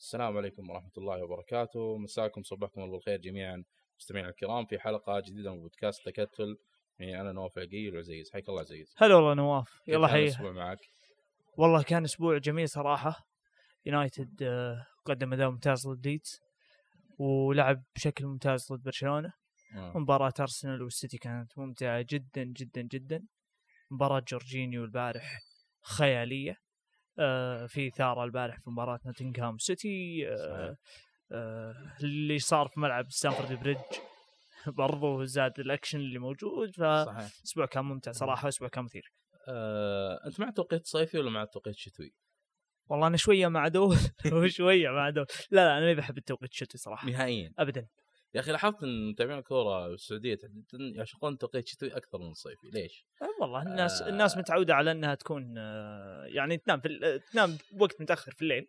السلام عليكم ورحمة الله وبركاته، مساكم صبحكم الله بالخير جميعا مستمعينا الكرام في حلقة جديدة من بودكاست تكتل. يعني أنا نواف عقيل وعزيز، حياك الله عزيز. هلا والله نواف، يلا حيا. حيا. معك. والله كان أسبوع جميل صراحة. يونايتد قدم أداء ممتاز ضد ليدز ولعب بشكل ممتاز ضد برشلونة. مباراة أرسنال والسيتي كانت ممتعة جدا جدا جدا. مباراة جورجينيو البارح خيالية. في إثارة البارح في مباراة نوتنغهام سيتي. اللي صار في ملعب ستانفورد بريدج برضو زاد الأكشن اللي موجود. فأسبوع كان ممتع صراحة، أسبوع كان مثير. أنت مع توقيت صيفي ولا مع توقيت شتوي؟ والله أنا شوية مع دول وشوية مع دول. لا أنا ما بحب التوقيت الشتوي صراحة نهائيا أبدا. يا أخي لاحظت أن متابعين الكورة السعودية يعشقون التوقيت الشتوي أكثر من الصيفي، ليش؟ والله الناس متعودة على أنها تكون يعني تنام بوقت متأخر في الليل.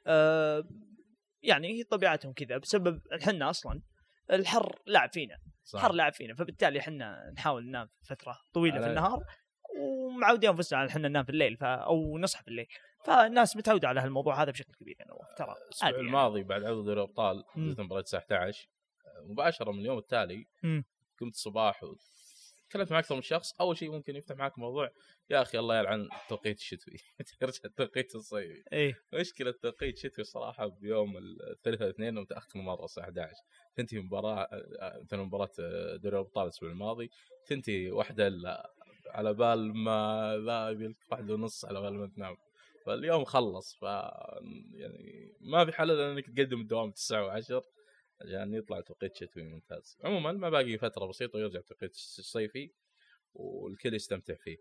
يعني هي طبيعتهم كذا بسبب حنا أصلا الحر لعب فينا. حر لعب فينا، فبالتالي حنا نحاول ننام فترة طويلة في النهار، ومعودين انفسنا على حنا ننام في الليل او نصحى في الليل. فالناس متعودة على هالموضوع هذا بشكل كبير. يعني ترى الأسبوع الماضي بعد عودة دوري الأبطال بدأت مباراة الساعة 11 مباشرة من اليوم التالي. قمت الصباح تكلمت مع أكثر من شخص. أول شيء ممكن يفتح معك موضوع يا أخي الله يلعن التوقيت الشتوي ترجع التوقيت الصيفي. مشكلة التوقيت الشتوي صراحة بيوم الثلاثاء الاثنين متأخر مرة الساعة 11 تنتهي مباراة دوري الأبطال الأسبوع الماضي تنتهي واحدة على بال ما لا يبيلك 1:30 على بال ما تنام. فاليوم خلص يعني ما في حل إلا إنك تقدم الدوام 9 و10 عشان يطلع توقيت شتوي ممتاز. عموما ما باقي فترة بسيطة ويرجع توقيت الصيفي والكل يستمتع فيه.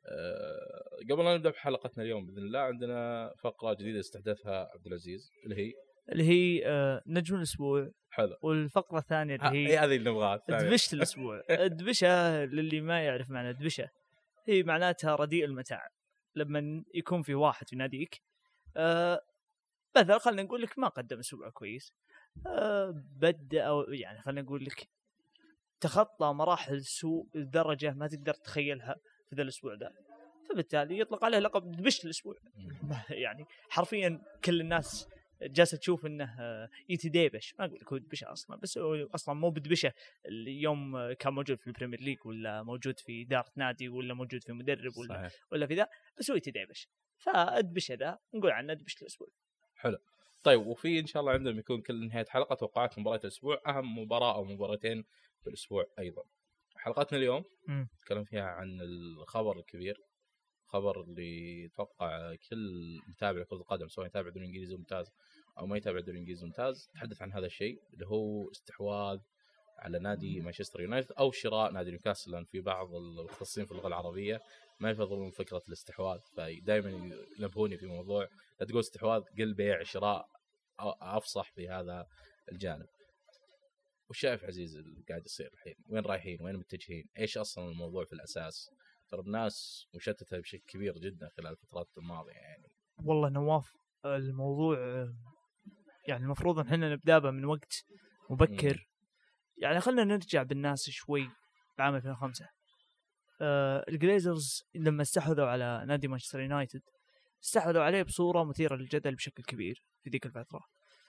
قبل أن نبدأ بحلقتنا اليوم بإذن الله عندنا فقرة جديدة استحدثها عبد العزيز اللي هي نجم الأسبوع. حلو. والفقرة الثانية اللي هي هذه اللي نبغاها، دبشة الأسبوع. الدبشة للي ما يعرف معنى الدبشة هي معناتها رديء المتاع. لما يكون في واحد في ناديك مثلا خلينا نقول لك ما قدم أسبوع كويس، بدأ أو يعني خلينا نقول لك تخطى مراحل سوء الدرجة ما تقدر تتخيلها في ذا الأسبوع ده، فبالتالي يطلق عليه لقب دبشة الأسبوع. يعني حرفيا كل الناس جالسة تشوف انه يتديبش. ما اقول لك هو دبشه اصلا، بس هو اصلا مو بدبشه. اليوم كان موجود في البريمير ليج ولا موجود في إدارة نادي ولا موجود في مدرب ولا في ذا، بس هو يتديبش. فالدبشه ذا نقول عنه دبشه الاسبوع. حلو. طيب وفي ان شاء الله عندنا يكون كل نهايه حلقه توقعات مباراه الاسبوع، اهم مباراه او مباراتين في الاسبوع. ايضا حلقتنا اليوم نتكلم فيها عن الخبر الكبير، خبر اللي يتوقع كل متابع لكرة القدم سواء يتابع الدوري الانجليزي ممتاز او ما يتابع الدوري الانجليزي ممتاز تحدث عن هذا الشيء اللي هو استحواذ على نادي مانشستر يونايتد او شراء نادي نيوكاسل. لان في بعض المختصين في اللغه العربيه ما يفضلون فكره الاستحواذ، فدائما ينبهوني في موضوع لا تقول استحواذ، قل بيع شراء افصح في هذا الجانب. وش شايف عزيز اللي قاعد يصير الحين؟ وين رايحين؟ وين متجهين؟ ايش اصلا الموضوع في الاساس؟ ترى الناس مشتتة بشكل كبير جدا خلال الفترات الماضية. يعني والله نواف الموضوع يعني المفروض ان احنا نبدأ من وقت مبكر. يعني خلنا نرجع بالناس شوي بعام 2005. الجليزرز لما استحوذوا على نادي مانشستر يونايتد استحوذوا عليه بصورة مثيرة للجدل بشكل كبير في ذيك الفترة.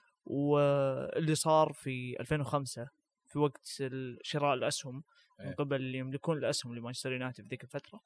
واللي صار في 2005 في وقت شراء الأسهم من قبل اللي يملكون الأسهم لمانشستر يونايتد في ذيك الفترة،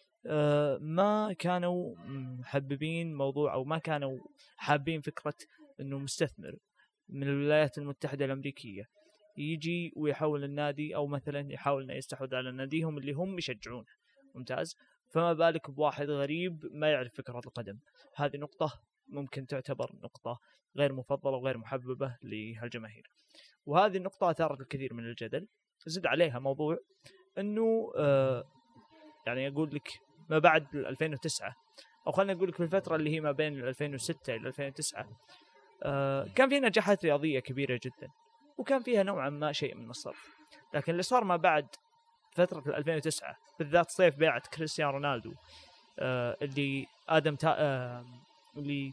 ما كانوا محببين موضوع أو ما كانوا حابين فكرة أنه مستثمر من الولايات المتحدة الأمريكية يجي ويحاول النادي أو مثلا يحاول أن يستحوذ على ناديهم اللي هم يشجعونه. ممتاز. فما بالك بواحد غريب ما يعرف فكرة القدم. هذه نقطة ممكن تعتبر نقطة غير مفضلة وغير محببة لهالجماهير، وهذه النقطة أثارت الكثير من الجدل. زد عليها موضوع أنه يعني أقول لك ما بعد 2009 أو خلينا نقول لك في الفترة اللي هي ما بين 2006 إلى 2009 كان في نجاحات رياضية كبيرة جدا وكان فيها نوعا ما شيء من الصرف. لكن اللي صار ما بعد فترة 2009 بالذات صيف بيعة كريستيانو رونالدو اللي آدم اللي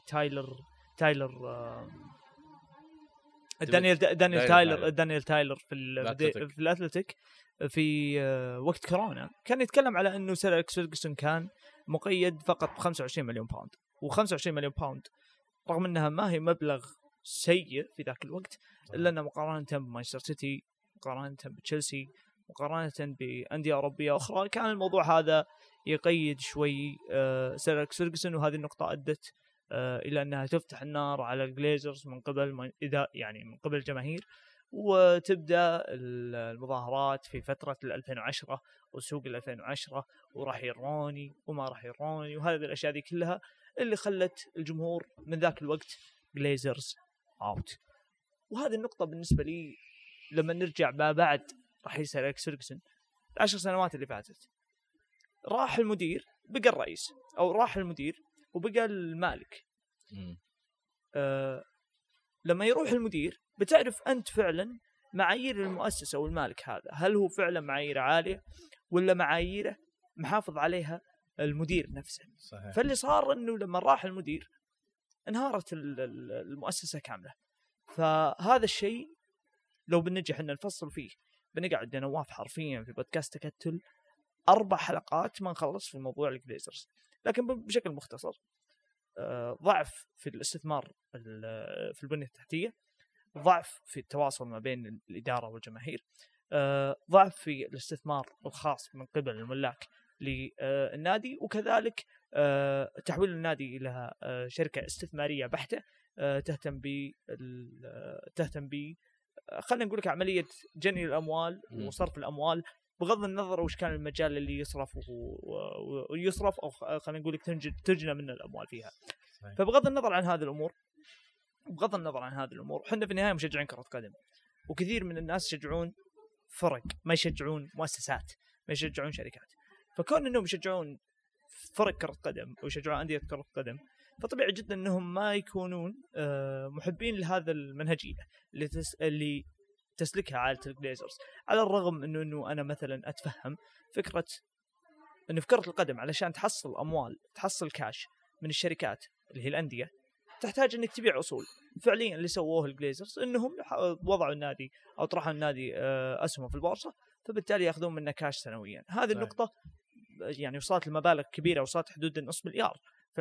تايلر دانيال تايلر في الأتلتيك في وقت كورونا كان يتكلم على أنه سير أليكس فيرغسون كان مقيد فقط ب 25 مليون باوند. و25 مليون باوند رغم أنها ما هي مبلغ سيء في ذاك الوقت، إلا أنه مقارنة بمانشستر سيتي، مقارنة بتشيلسي، مقارنة بأندية أوروبية أخرى، كان الموضوع هذا يقيد شوي سير أليكس فيرغسون. وهذه النقطة أدت إلى أنها تفتح النار على الجليزرز من قبل من قبل الجماهير، وتبدأ المظاهرات في فترة 2010 وسوق 2010 وراح يروني وما راح يروني، وهذه الأشياء دي كلها اللي خلت الجمهور من ذاك الوقت جليزرز اوت. وهذه النقطة بالنسبة لي لما نرجع ما بعد رحيل سير أليكس فيرغسون 10 سنوات اللي فاتت، راح المدير بقى الرئيس، أو راح المدير وبقى المالك. لما يروح المدير بتعرف أنت فعلا معايير المؤسسة والمالك هذا، هل هو فعلا معايير عالية ولا معاييره محافظ عليها المدير نفسه. صحيح. فاللي صار أنه لما راح المدير انهارت المؤسسة كاملة. فهذا الشيء لو بنجي احنا نفصل فيه بنقعد نواف حرفيا في بودكاست تكتل 4 حلقات ما نخلص في موضوع الجليزرز. لكن بشكل مختصر، ضعف في الاستثمار في البنية التحتية، ضعف في التواصل ما بين الإدارة والجماهير، ضعف في الاستثمار الخاص من قبل الملاك للنادي، وكذلك تحويل النادي إلى شركة استثمارية بحتة تهتم ب خلينا نقول لك عملية جني الأموال وصرف الأموال، بغض النظر وش كان المجال اللي يصرف أو خلينا نقول لك تجنى من الأموال فيها. فبغض النظر عن هذه الأمور، حنا في النهاية مشجعين كرة قدم، وكثير من الناس يشجعون فرق، ما يشجعون مؤسسات، ما يشجعون شركات. فكون أنهم يشجعون فرق كرة قدم ويشجعون أندية كرة قدم، فطبيعي جدا أنهم ما يكونون محبين لهذا المنهجية اللي تسلكها عائلة الجليزرز. على الرغم أنه أنا مثلا أتفهم فكرة أنه في كرة القدم علشان تحصل أموال، تحصل كاش من الشركات اللي هي الأندية، تحتاج أنك تبيع أصول. فعليا اللي سووه الجليزرز أنهم وضعوا النادي أو طرحوا النادي أسهم في البورصة، فبالتالي يأخذون منه كاش سنويا. هذه النقطة يعني وصلت لمبالغ كبيرة، وصلت حدود $500 مليار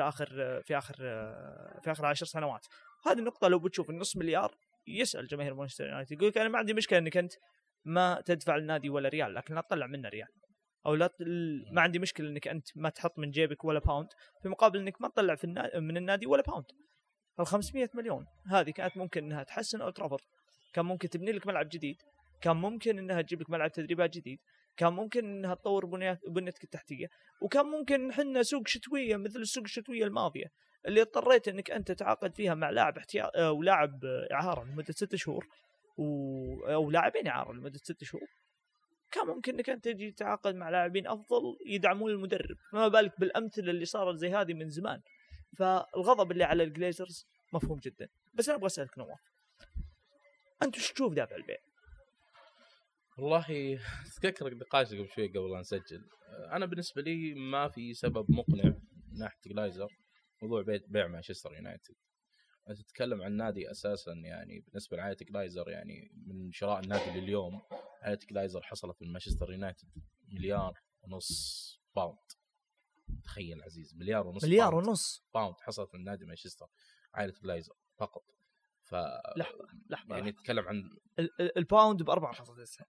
في آخر 10 سنوات. هذه النقطة لو بتشوف $500 مليار، يسأل جماهير مانشستر يونايتد يقول لك أنا ما عندي مشكلة أنك أنت ما تدفع للنادي ولا ريال، لكن لا تطلع منه ريال، أو ما عندي مشكلة أنك أنت ما تحط من جيبك ولا باوند في مقابل أنك ما تطلع من النادي ولا باوند. ال500 مليون هذه كانت ممكن أنها تحسن أو ترفض، كان ممكن تبني لك ملعب جديد، كان ممكن أنها تجيب لك ملعب تدريبات جديد، كان ممكن أنها تطور بنيتك التحتية، وكان ممكن حنا سوق شتوية مثل السوق الشتوية الماضية اللي اضطريت أنك أنت تعاقد فيها مع لاعب احتياط أو لاعب إعارة لمدة 6 شهور أو لاعبين إعارة لمدة 6 شهور، كان ممكن أنك أنت تجي تعاقد مع لاعبين أفضل يدعمون المدرب. ما بالك بالأمثلة اللي صارت زي هذه من زمان. فالغضب اللي على الجليزرز مفهوم جدا. بس أنا أبغى أسألك نواف، أنت وش تشوف دافع البيع؟ والله تذكر نقاش قبل شوي قبل أن نسجل، أنا بالنسبة لي ما في سبب مقنع من ناحية جلايزر موضوع بيع مانشستر يونايتد. أنت تتكلم عن نادي أساسا يعني بالنسبة لعائلة جلايزر، يعني من شراء النادي لليوم عائلة جلايزر حصلت من مانشستر يونايتد $1.5 مليار باوند. تخيل عزيز، $1.5 مليار باوند حصلت من نادي مانشستر عائلة جلايزر فقط. لحظة يعني نتكلم عن الباوند ب4.9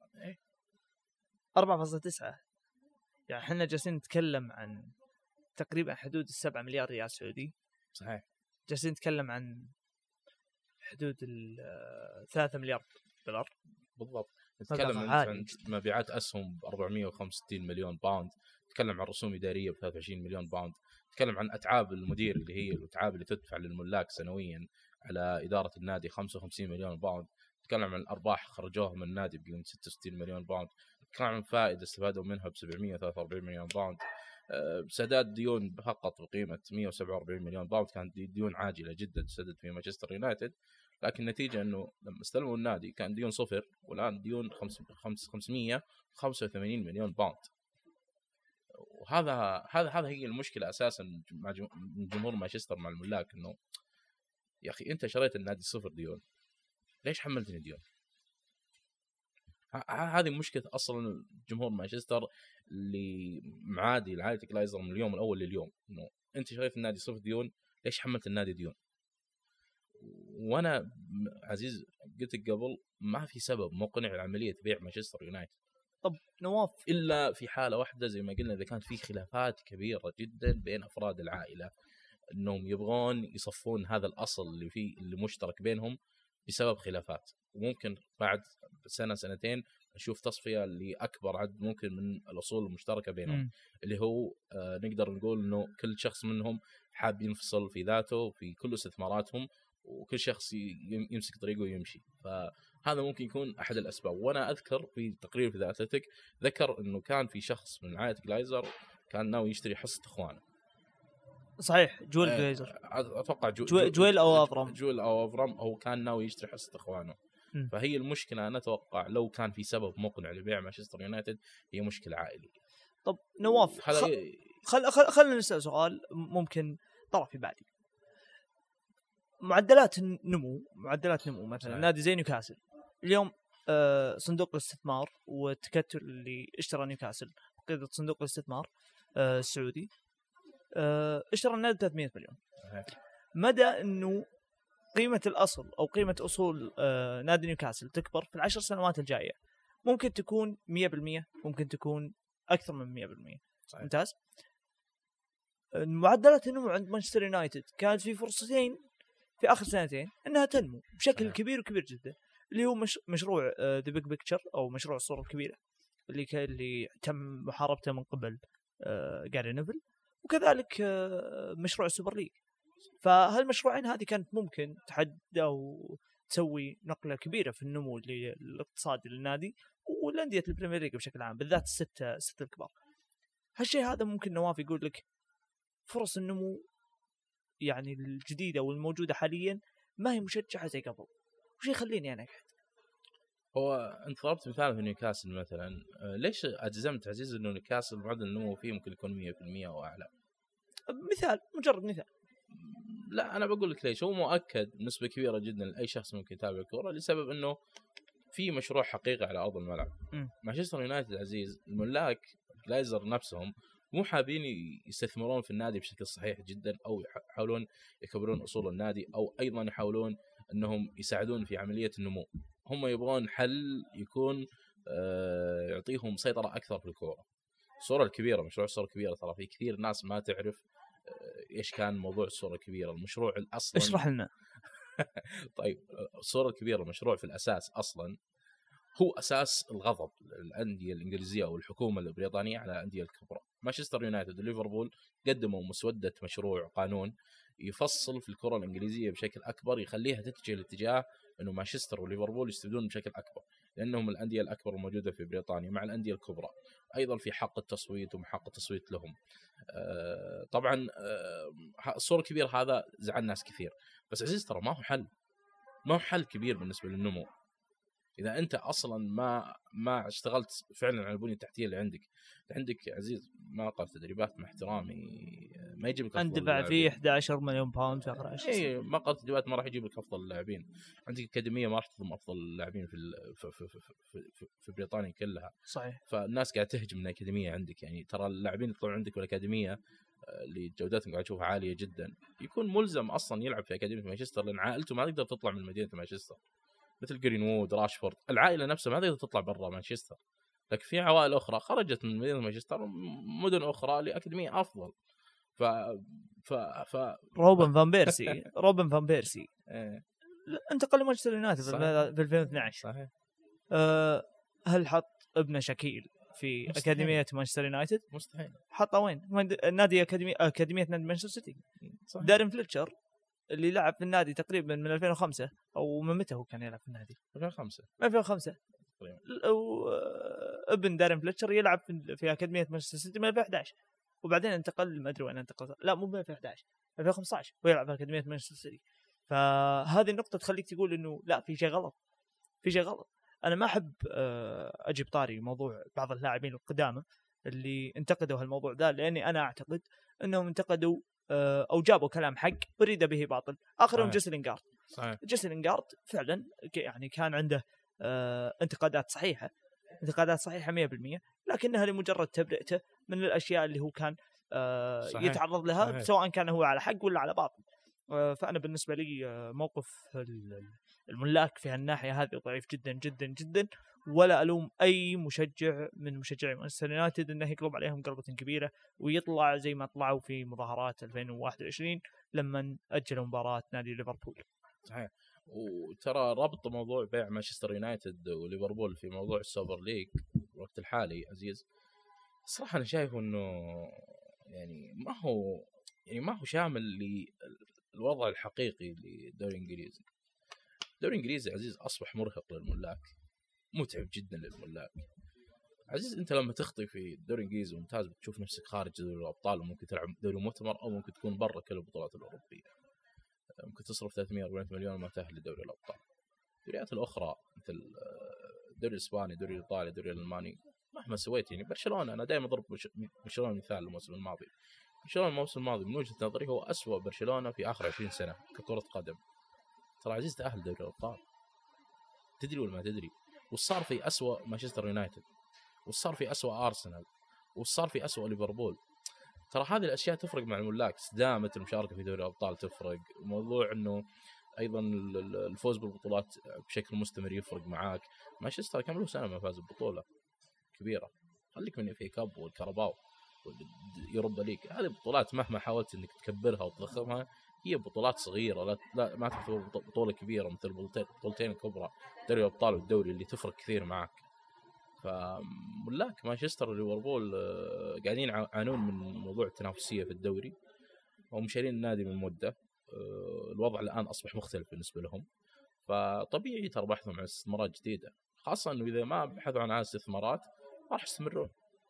4.9 يعني احنا جالسين نتكلم عن تقريبا حدود 7 مليار ريال سعودي. صحيح. جالسين نتكلم عن حدود 3 مليار دولار بالضبط. نتكلم عن مبيعات أسهم ب465 مليون باوند، نتكلم عن رسوم إدارية ب23 مليون باوند، نتكلم عن أتعاب المدير اللي هي الأتعاب اللي تدفع للملاك سنويا على إدارة النادي 55 مليون باوند، نتكلم عن الأرباح خرجوها من النادي بقيمة 66 مليون باوند، نتكلم عن فائدة استفادوا منها ب743 مليون باوند، سداد ديون فقط بقيمة 147 مليون باوند، كانت ديون عاجلة جدا تسدد في مانشستر يونايتد. لكن النتيجة أنه لما استلموا النادي كان ديون 0، والآن ديون 585 مليون باوند. وهذا هي المشكلة أساسا من جمهور مانشستر مع الملاك، أنه يا أخي أنت شريت النادي 0 ديون، ليش حملتني ديون؟ هذه مشكلة أصلا جمهور مانشستر اللي معادي لعائلة جلايزر من اليوم الأول لليوم، إنه أنت شريت النادي 0 ديون، ليش حملت النادي ديون؟ وانا عزيز قلت قبل ما في سبب مقنع لعمليه بيع مانشستر يونايتد. طب نواف، الا في حاله واحده زي ما قلنا، اذا كانت في خلافات كبيره جدا بين افراد العائله، انهم يبغون يصفون هذا الاصل اللي فيه اللي مشترك بينهم بسبب خلافات، وممكن بعد سنه سنتين نشوف تصفيه لاكبر عدد ممكن من الاصول المشتركه بينهم. اللي هو نقدر نقول انه كل شخص منهم حاب ينفصل في ذاته في كل استثماراتهم، وكل شخص يمسك طريقه ويمشي. فهذا ممكن يكون احد الاسباب. وانا اذكر في تقرير في ذا اتلتيك ذكر انه كان في شخص من عائله جلايزر كان ناوي يشتري حصه اخوانه. صحيح، جويل جلايزر، اتوقع جويل او افرام، جويل او افرام، هو كان ناوي يشتري حصه اخوانه. فهي المشكله، انا اتوقع لو كان في سبب مقنع لبيع مانشستر يونايتد هي مشكله عائليه. طب نواف، خلينا نسال سؤال ممكن طرح في بالي. معدلات نمو مثلا نادي زي نيوكاسل اليوم، صندوق الاستثمار والتكتل اللي اشترى نيوكاسل قيادة صندوق الاستثمار السعودي اشترى النادي 300 مليون. مدى انه قيمة الاصل او قيمة اصول نادي نيوكاسل تكبر في ال10 سنوات الجاية؟ ممكن تكون 100%، ممكن تكون اكثر من 100%. صحيح. ممتاز. معدلات النمو عند مانشستر يونايتد كانت في فرصتين في آخر سنتين أنها تنمو بشكل كبير وكبير جدا، اللي هو مشروع ذا بيج بيكتشر أو مشروع الصورة الكبيرة اللي تم محاربته من قبل جاري نيفل، وكذلك مشروع السوبر ليج. فهالمشروعين هذه كانت ممكن تحدى وتسوي نقلة كبيرة في النمو الاقتصادي للنادي والأندية البريمير ليج بشكل عام، بالذات الستة الكبار. هالشيء هذا ممكن نواف يقول لك فرص النمو يعني الجديدة والموجودة حاليا ما هي مشجعة زي قبل. وش يخليني أنا أكحد؟ هو أنت ضربت مثال في نيوكاسل مثلا، ليش أجزمت عزيز إنه نيوكاسل معدل النمو فيه ممكن يكون 100% أو أعلى؟ مثال، مجرد مثال. لا، أنا بقول لك ليش. هو مؤكد نسبة كبيرة جدا لأي شخص ممكن يتابع الكورة لسبب إنه في مشروع حقيقي على أرض الملعب. مانشستر يونايتد عزيز، الملاك جلايزر نفسهم مو حابين يستثمرون في النادي بشكل صحيح جدا، أو يحاولون يكبرون أصول النادي، أو أيضا يحاولون أنهم يساعدون في عملية النمو. هم يبغون حل يكون يعطيهم سيطرة أكثر في الكورة. الصورة الكبيرة، مشروع الصورة الكبيرة، ترى في كثير ناس ما تعرف إيش كان موضوع الصورة الكبيرة. المشروع الأصلا اشرح لنا. طيب، الصورة الكبيرة مشروع في الأساس أصلا هو أساس الغضب الأندية الإنجليزية أو الحكومة البريطانية على الأندية الكبرى. مانشستر يونايتد وليفربول قدموا مسودة مشروع قانون يفصل في الكرة الإنجليزية بشكل أكبر، يخليها تتجه الاتجاه أنه مانشستر وليفربول يستفيدون بشكل أكبر، لأنهم الأندية الأكبر الموجودة في بريطانيا مع الأندية الكبرى، أيضا في حق التصويت وحق التصويت لهم. طبعا الصورة الكبيرة هذا زعل ناس كثير، بس عزيز ترى ما هو حل كبير بالنسبة للنمو إذا أنت أصلا ما اشتغلت فعلا على البنية التحتية اللي عندك عزيز. ما قال تدريبات مع احترامي ما يجيب لك أفضل اندفع فيه 11 مليون باوند في آخر 10 سنين. إيه، ما قال تدريبات ما راح يجيب لك أفضل اللاعبين. عندك أكاديمية ما راح تضم أفضل اللاعبين في بريطانيا كلها. صحيح. فالناس قاعدة تهجم من الأكاديمية عندك. يعني ترى اللاعبين يطلعون عندك بالأكاديمية اللي جودتهم قاعد تشوفها عالية جدا يكون ملزم أصلا يلعب في أكاديمية مانشستر، لأن عائلته ما تقدر تطلع من مدينة مانشستر، مثل جرينوود، راشفورد. العائلة نفسها ما تقدر تطلع برا مانشستر، لكن في عوائل أخرى خرجت من مدينة مانشستر مدن أخرى لأكاديمية أفضل. روبن فان بيرسي انتقل لمانشستر يونايتد في 2012. صحيح. هل حط ابنه شكيل في مستحيل. أكاديمية مانشستر يونايتد؟ مستحيل. حطه وين؟ نادي أكاديمية نادي مانشستر سيتي. صحيح. دارين فليتشر اللي لعب في النادي تقريبا من 2005 أو من متى هو كان يلعب في النادي؟ 2005. ابن دارين فليتشر يلعب في أكاديمية مانشستر سيتي من 2011، وبعدين انتقل، ما أدري وين انتقل، لا مو من 2011، 2015 ويلعب في أكاديمية مانشستر سيتي. فهذه النقطة تخليك تقول إنه لا، في شيء غلط. أنا ما أحب أجيب طاري موضوع بعض اللاعبين القدامى اللي انتقدوا هالموضوع ده، لأني أنا أعتقد أنهم انتقدوا أو جابوا كلام حق أريد به باطل. آخرهم جيسي لينغارد فعلا يعني كان عنده انتقادات صحيحة 100%، لكنها لمجرد تبرئته من الأشياء اللي هو كان يتعرض لها. صحيح. سواء كان هو على حق ولا على باطل. فأنا بالنسبة لي موقف الملاك في هالناحية هذه ضعيف جدا جدا جدا، ولا ألوم أي مشجع من مشجعي مانشستر يونايتد أنه يقلب عليهم قلبة كبيرة ويطلع زي ما طلعوا في مظاهرات 2021 لما أجلوا مباراة نادي ليفربول. صحيح. وترى ربط موضوع بيع مانشستر يونايتد وليفربول في موضوع السوبر ليج الوقت الحالي عزيز، صراحة أنا شايف إنه يعني ما هو شامل للوضع الحقيقي للدوري الإنجليزي. الدوري الإنجليزي عزيز أصبح مرهق للملاك، متعب جدا للملاك. عزيز أنت لما تخطي في الدوري الإنجليزي ممتاز بتشوف نفسك خارج دوري الأبطال، وممكن تلعب دوري مؤتمر أو ممكن تكون برا كل البطولات الأوروبية، ممكن تصرف 340 مليون ما تأهل لدوري الأبطال. الدوريات الأخرى مثل الدوري الإسباني، الدوري الإيطالي، الدوري الألماني، مهما سويت يعني برشلونة، أنا دائما أضرب برشلونة مثال الموسم الماضي. برشلونة الموسم الماضي من وجهة نظري هو أسوأ برشلونة في آخر 20 سنة ككرة قدم. ترى عزيز تأهل دوري الأبطال، تدري ولا ما تدري؟ وصار في أسوأ مانشستر يونايتد، وصار في أسوأ أرسنال، وصار في أسوأ ليفربول. ترى هذه الأشياء تفرق مع الملاك، استدامة المشاركة في دوري الأبطال تفرق، موضوع إنه أيضا الفوز بالبطولات بشكل مستمر يفرق معاك. مانشستر كم له سنة ما فاز ببطولة كبيرة، خليك من في كاب والكاراباو واليوروبا ليج، هذه بطولات مهما حاولت إنك تكبرها وتضخمها هي بطولات صغيرة، لا ما تعتبر بطولة كبيرة مثل بطولتين الكبرى دوري الأبطال والدوري اللي تفرق كثير معك. فملاك مانشستر وليفربول قاعدين يعانون من موضوع التنافسية في الدوري، وهم شارين النادي من مدة. الوضع الآن أصبح مختلف بالنسبة لهم، فطبيعي ترى بحثهم عن استثمارات جديدة، خاصة إنه إذا ما بحثوا عن استثمارات ما راح يستمرون.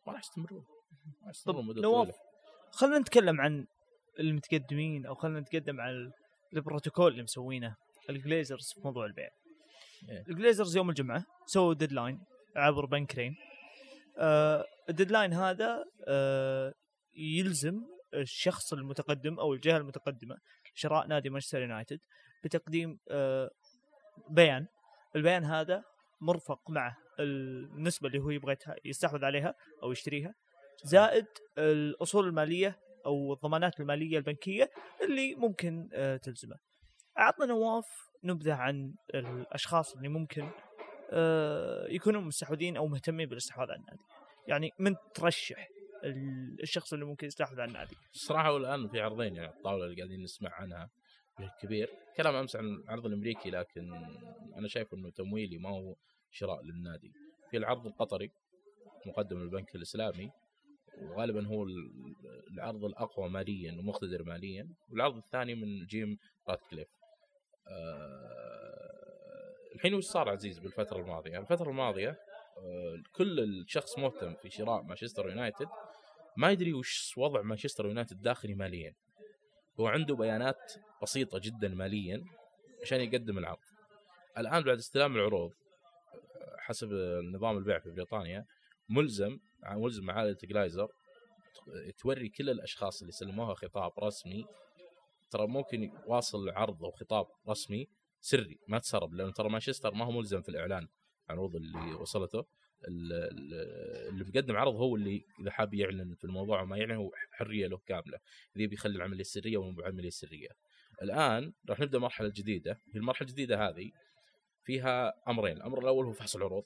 طب نواف، خلنا نتكلم عن المتقدمين، أو خلنا نتقدم عن البروتوكول اللي مسوينه الجليزرز في موضوع البيع. الجليزرز يوم الجمعة سووا ديدلاين عبر بنكرين. الديدلاين هذا يلزم الشخص المتقدم أو الجهة المتقدمة شراء نادي مانشستر يونايتد بتقديم بيان. البيان هذا مرفق مع النسبة اللي هو يبغى يستحوذ عليها أو يشتريها، زائد الأصول المالية أو الضمانات المالية البنكية اللي ممكن تلزمه. أعطنا نواف نبذة عن الأشخاص اللي ممكن يكونوا مستحوذين أو مهتمين بالاستحواذ على النادي، يعني من ترشح الشخص اللي ممكن يستحوذ على النادي. الصراحة والآن في عرضين يعني الطاولة اللي قاعدين نسمع عنها كبير، كلام أمس عن العرض الأمريكي لكن أنا شايف أنه تمويلي ما هو شراء للنادي. في العرض القطري مقدم من البنك الإسلامي، وغالبا هو العرض الأقوى ماليا ومقتدر ماليا، والعرض الثاني من جيم راتكليف. الحين وش صار عزيز بالفترة الماضية؟ الفترة الماضية كل الشخص مهتم في شراء مانشستر يونايتد ما يدري وش وضع مانشستر يونايتد داخلي ماليا. هو عنده بيانات بسيطة جدا ماليا عشان يقدم العرض. الآن بعد استلام العروض حسب نظام البيع في بريطانيا ملزم عائلة جلايزر توري كل الأشخاص اللي سلموها خطاب رسمي. ترى ممكن يواصل عرض أو خطاب رسمي سري ما تسرب، لأنه ترى مانشستر ما هو ملزم في الإعلان عن عروض اللي وصلته. اللي بيقدم عرض هو اللي إذا حاب يعلن في الموضوع وما يعلن هو حرية له كاملة، إذا بيخلي العملية السرية والعملية السرية. الآن راح نبدأ مرحلة جديدة. في المرحلة الجديدة هذه فيها أمرين. الأمر الأول هو فحص العروض.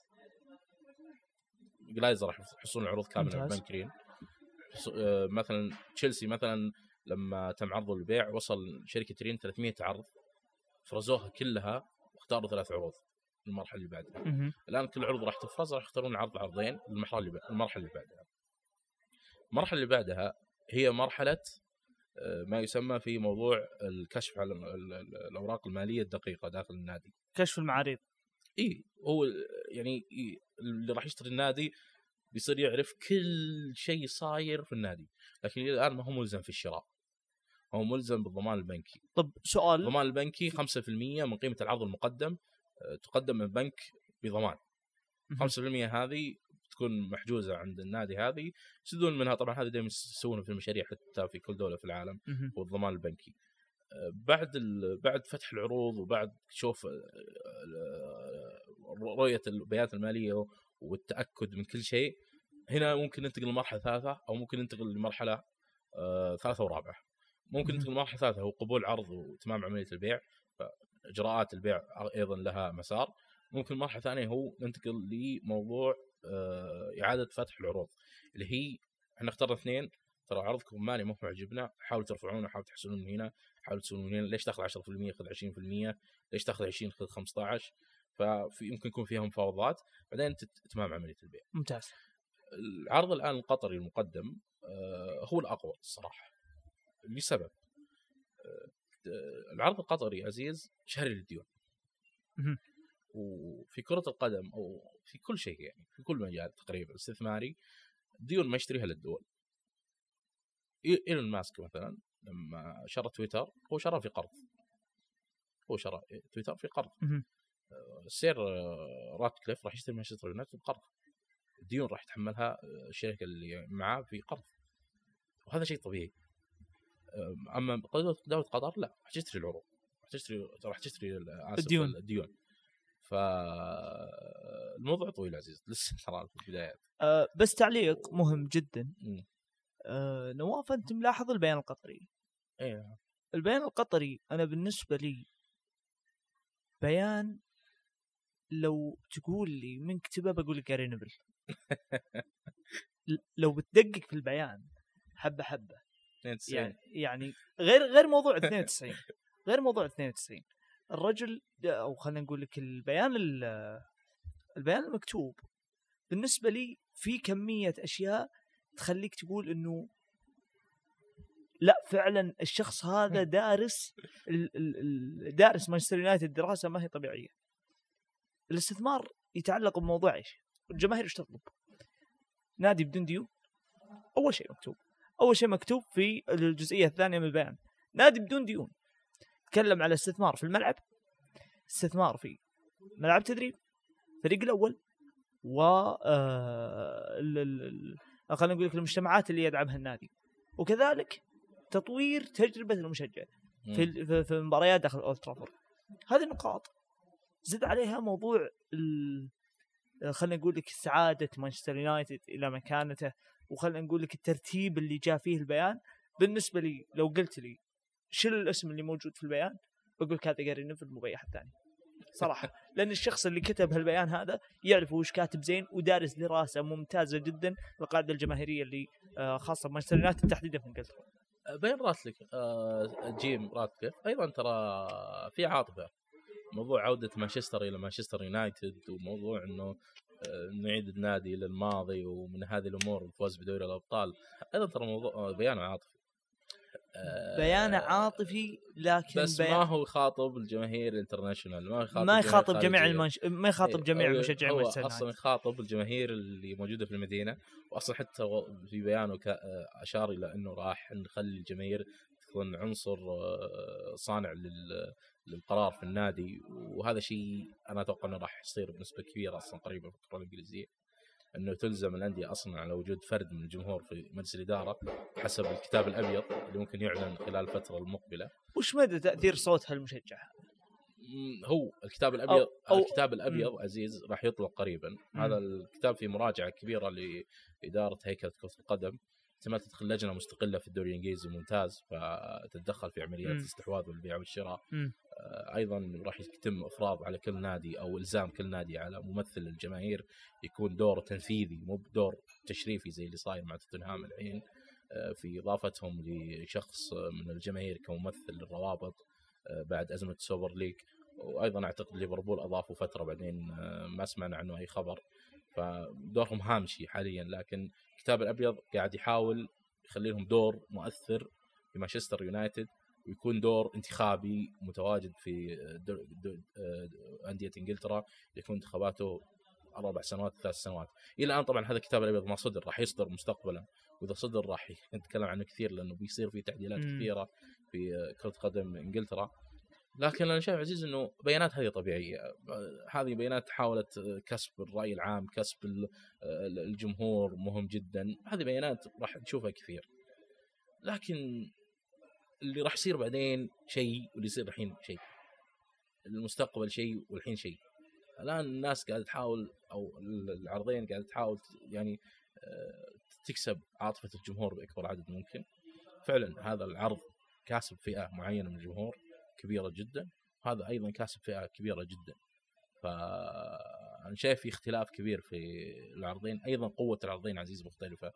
جلايزر راح يحصلون العروض كاملة من بنكرين. مثلا تشيلسي مثلا لما تم عرضه البيع وصل شركة رين 300 عرض، فرزوها كلها واختاروا 3 عروض المرحلة اللي بعدها. الآن كل عروض راح تفرز، راح يختارون عرضين المرحلة اللي بعدها. المرحلة اللي بعدها هي مرحلة ما يسمى في موضوع الكشف على الأوراق المالية الدقيقة داخل النادي، كشف المعارض. هو يعني اللي راح يشتري النادي بيصير يعرف كل شيء صاير في النادي، لكن الآن ما هو ملزم في الشراء، هو ملزم بالضمان البنكي. طب سؤال، الضمان البنكي 5% من قيمة العرض المقدم تقدم من البنك بضمان. 5% هذه تكون محجوزة عند النادي، هذه يسدون منها. طبعا هذه دائما يسوونه في المشاريع حتى في كل دولة في العالم، والضمان البنكي. بعد فتح العروض وبعد شوف رؤية البيانات المالية والتأكد من كل شيء، هنا ممكن ننتقل لمرحلة ثالثة أو ممكن ننتقل لمرحلة ثالثة ورابعة. ممكن تكون مرحله ثالثه هو قبول عرض وتمام عمليه البيع، فاجراءات البيع ايضا لها مسار. ممكن مرحله ثانيه هو ننتقل لموضوع اعاده فتح العروض، اللي هي احنا اخترنا اثنين، ترى عرضكم مالي مو عجبنا، حاولوا ترفعونه، حاولوا تحسنون من هنا، حاولوا تسوون من هنا، ليش تاخذ 10% خذ 20%، ليش تاخذ 20 خذ 15. ففي يمكن يكون فيها مفاوضات، بعدين تتمام عمليه البيع. ممتاز. العرض الان القطري المقدم هو الاقوى الصراحه لسبب. العرض القطري عزيز شهري للديون، وفي كرة القدم أو في كل شيء يعني في كل مجال تقريبا استثماري ديون ما يشتريها للدول. إيلون ماسك مثلا لما شرى تويتر هو شرى في قرض، هو شرى تويتر في قرض. السير راتكليف راح يشتري مانشستر يونايتد بقرض، الديون راح يتحملها الشركة اللي معاه في قرض، وهذا شيء طبيعي. أما دولة قطر لا، راح تشتري العروض، راح تشتري الديون. فالموضوع طويل عزيز لسه ترى في البدايات. بس تعليق مهم جدا. نواف أنت ملاحظ البيان القطري؟ ايه البيان القطري أنا بالنسبة لي بيان لو تقول لي من كتبه بقول لك جاري نيفل. لو بتدقق في البيان حبة حبة يعني غير موضوع 92 غير موضوع 92 الرجل أو خلينا نقول لك البيان المكتوب بالنسبة لي في كمية أشياء تخليك تقول إنه لا فعلا الشخص هذا دارس مانشستر يونايتد دراسة ما هي طبيعية. الاستثمار يتعلق بموضوع ايش؟ الجماهير ايش تطلب؟ نادي بدون ديون. اول شيء مكتوب في الجزئية الثانية من البيان نادي بدون ديون. تكلم على استثمار في الملعب، استثمار في ملعب تدريب فريق الاول، و خلينا نقول لك المجتمعات اللي يدعمها النادي، وكذلك تطوير تجربة المشجع في المباريات داخل أولد ترافورد. هذه النقاط زد عليها موضوع خلينا نقول لك سعادة مانشستر يونايتد إلى مكانته، وخلينا نقول لك الترتيب اللي جاء فيه البيان. بالنسبة لي لو قلت لي شو الاسم اللي موجود في البيان بقول هذا جاري نيفل مبيح الثاني صراحة، لأن الشخص اللي كتب هالبيان هذا يعرف وش كاتب زين ودارس دراسة ممتازة جدا للقاعدة الجماهيرية اللي خاصة بمانشستر يونايتد تحديدا في انجلترا. بين راتلك جيم راتلك أيضا ترى في عاطفة موضوع عودة مانشستر إلى مانشستر يونايتد، وموضوع إنه نعيد النادي إلى الماضي، ومن هذه الأمور الفوز بدوري الأبطال. أيضا ترى موضوع بيان عاطفي، بيان عاطفي، لكن بس ما هو يخاطب الجماهير الانترناشونال، ما يخاطب جميع ما يخاطب جميع مشجعي مانشستر يونايتد، اصلا يخاطب الجماهير اللي موجوده في المدينه. واصلا حتى في بيانه اشار الى انه راح نخلي الجماهير تكون عنصر صانع للقرار في النادي، وهذا شيء انا اتوقع انه راح يصير بنسبه كبيره اصلا قريبا في الكره الانجليزيه، انه تلزم الانديه اصلا على وجود فرد من الجمهور في مجلس الاداره حسب الكتاب الابيض اللي ممكن يعلن خلال الفتره المقبله. وش مدى تاثير صوت هالمشجع؟ هو الكتاب الابيض الكتاب الابيض عزيز راح يطلق قريبا. هذا الكتاب فيه مراجعه كبيره لاداره هيكله كره القدم، احتمال تدخل لجنه مستقله في الدوري الانجليزي ممتاز فتتدخل في عمليات الاستحواذ والبيع والشراء. ايضا راح يتم افراض على كل نادي او الزام كل نادي على ممثل للجماهير يكون دور تنفيذي مو بدور تشريفي زي اللي صاير مع توتنهام الحين، في اضافتهم لشخص من الجماهير كممثل للروابط بعد ازمه السوبر ليج. وايضا اعتقد ليفربول اضافوا فتره بعدين ما سمعنا عنه اي خبر، فدورهم هامشي حاليا. لكن الكتاب الابيض قاعد يحاول يخلي لهم دور مؤثر في مانشستر يونايتد، ويكون دور انتخابي متواجد في أندية إنجلترا، يكون انتخاباته 4 سنوات 3 سنوات. إلى الآن طبعا هذا الكتاب الأبيض ما صدر، راح يصدر مستقبلا، وإذا صدر راح نتكلم عنه كثير لأنه بيصير فيه تعديلات كثيرة في كرة قدم إنجلترا. لكن أنا شايف عزيز إنه بيانات هذه طبيعية، هذه بيانات حاولت كسب الرأي العام، كسب الجمهور مهم جدا، هذه بيانات راح نشوفها كثير. لكن اللي راح يصير بعدين شيء واللي يصير الحين شيء، المستقبل شيء والحين شيء. الآن الناس قاعدة تحاول أو العرضين قاعدة تحاول يعني تكسب عاطفة الجمهور بأكبر عدد ممكن. فعلا هذا العرض كاسب فئة معينة من الجمهور كبيرة جدا، هذا أيضا كاسب فئة كبيرة جدا. فأنا شايف في اختلاف كبير في العرضين. أيضا قوة العرضين عزيز مختلفة.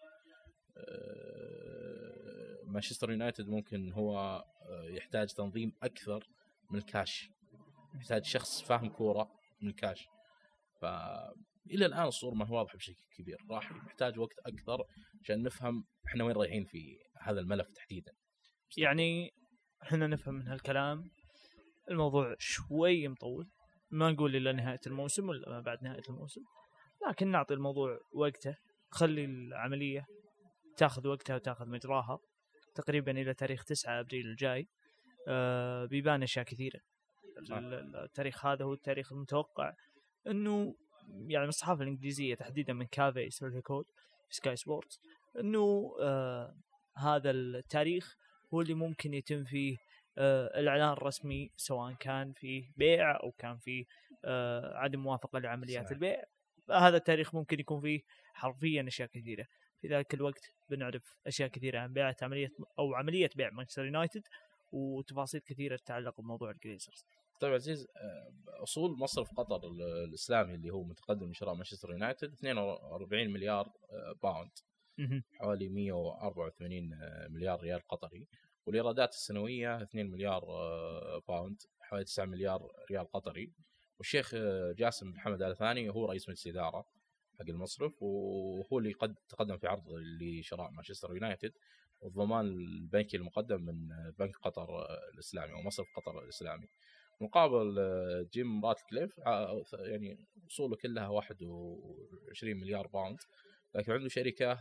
مانشستر يونايتد ممكن هو يحتاج تنظيم أكثر من الكاش، يحتاج شخص فاهم كورة من الكاش. فإلى الآن الصورة ما هو واضحة بشكل كبير، راح يحتاج وقت أكثر عشان نفهم إحنا وين رايحين في هذا الملف تحديدا. يعني إحنا نفهم من هالكلام الموضوع شوي مطول، ما نقول إلا نهاية الموسم ولا ما بعد نهاية الموسم، لكن نعطي الموضوع وقته، خلي العملية تاخذ وقتها وتاخذ مجراها. تقريبا إلى تاريخ 9 أبريل الجاي بيبان أشياء كثيرة. التاريخ هذا هو التاريخ المتوقع إنه يعني الصحافة الإنجليزية تحديدا من كافي يسوي كود سكاي سبورتس إنه هذا التاريخ هو اللي ممكن يتم فيه الإعلان الرسمي، سواء كان فيه بيع أو كان فيه عدم موافقة لعمليات البيع. هذا التاريخ ممكن يكون فيه حرفيا أشياء كثيرة. في ذلك الوقت بنعرف أشياء كثيرة عن بيع عملية بيع مانشستر يونايتد وتفاصيل كثيرة تتعلق بموضوع الجليزرز. طيب عزيز، أصول مصرف قطر الإسلامي اللي هو متقدم من شراء مانشستر يونايتد 42 مليار باوند، حوالي 184 مليار ريال قطري، والإيرادات السنوية 2 مليار باوند، حوالي 9 مليار ريال قطري. والشيخ جاسم محمد آل ثاني هو رئيس مجلس الإدارة حق المصرف، وهو اللي قد تقدم في عرض لشراء مانشستر يونايتد، والضمان البنكي المقدم من بنك قطر الإسلامي أو مصرف قطر الإسلامي. مقابل جيم راتكليف يعني وصوله كلها 21 مليار باوند، لكن عنده شركة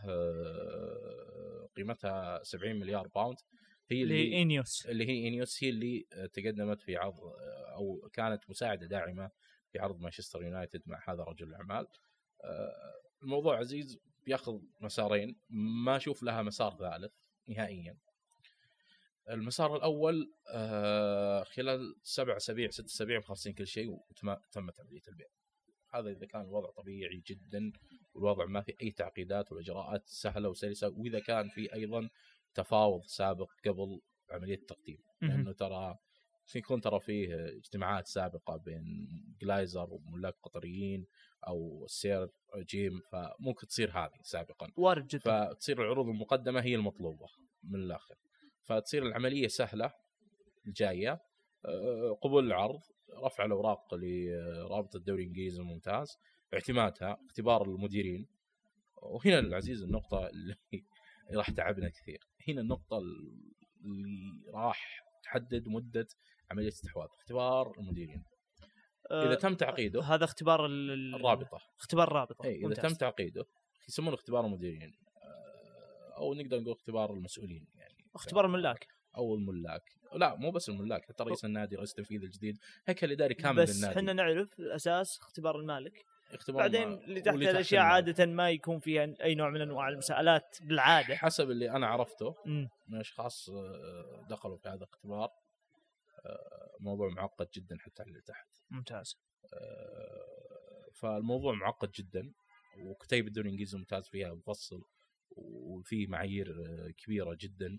قيمتها 70 مليار باوند، هي اللي هي إنيوس، هي اللي تقدمت في عرض أو كانت مساعدة داعمة في عرض مانشستر يونايتد مع هذا رجل الأعمال. الموضوع عزيز بياخذ مسارين، ما أشوف لها مسار ثالث نهائيا. المسار الأول خلال 7 أسابيع 6 أسابيع مخلصين كل شيء وتمت عملية البيع. هذا إذا كان الوضع طبيعي جدا والوضع ما في أي تعقيدات والإجراءات سهلة وسلسة، وإذا كان في أيضا تفاوض سابق قبل عملية التقديم، لأنه ترى فيه اجتماعات سابقة بين جلايزر وملاك قطريين أو السير جيم، فممكن تصير هذه سابقا وارد جدا، فتصير العروض المقدمة هي المطلوبة من الآخر، فتصير العملية سهلة الجاية. قبول العرض، رفع الأوراق لرابطة الدوري الإنجليزي الممتاز، اعتمادها، اختبار المديرين. وهنا العزيز النقطة اللي راح تعبنا كثير، هنا النقطة اللي راح تحدد مدة عملية استحواذ، اختبار المديرين. إذا تم تعقيده، هذا اختبار الرابطة، اختبار الرابطة، إذا تم تعقيده يسمونه اختبار المديرين، أو نقدر نقول اختبار المسؤولين، يعني اختبار الملاك او الملاك. لا مو بس الملاك، حتى رئيس النادي، رئيس التنفيذي الجديد، هيكل اداري كامل بس للنادي. بس احنا نعرف الاساس اختبار المالك، بعدين اللي تحت المالك. الاشياء عاده ما يكون فيها اي نوع من انواع المساءلات بالعاده، حسب اللي انا عرفته من اشخاص دخلوا في هذا الاختبار. موضوع معقد جدا حتى اللي تحت. ممتاز. فالموضوع معقد جدا، وكتيب الدوري الانجليزي ممتاز فيها مفصل وفي معايير كبيره جدا.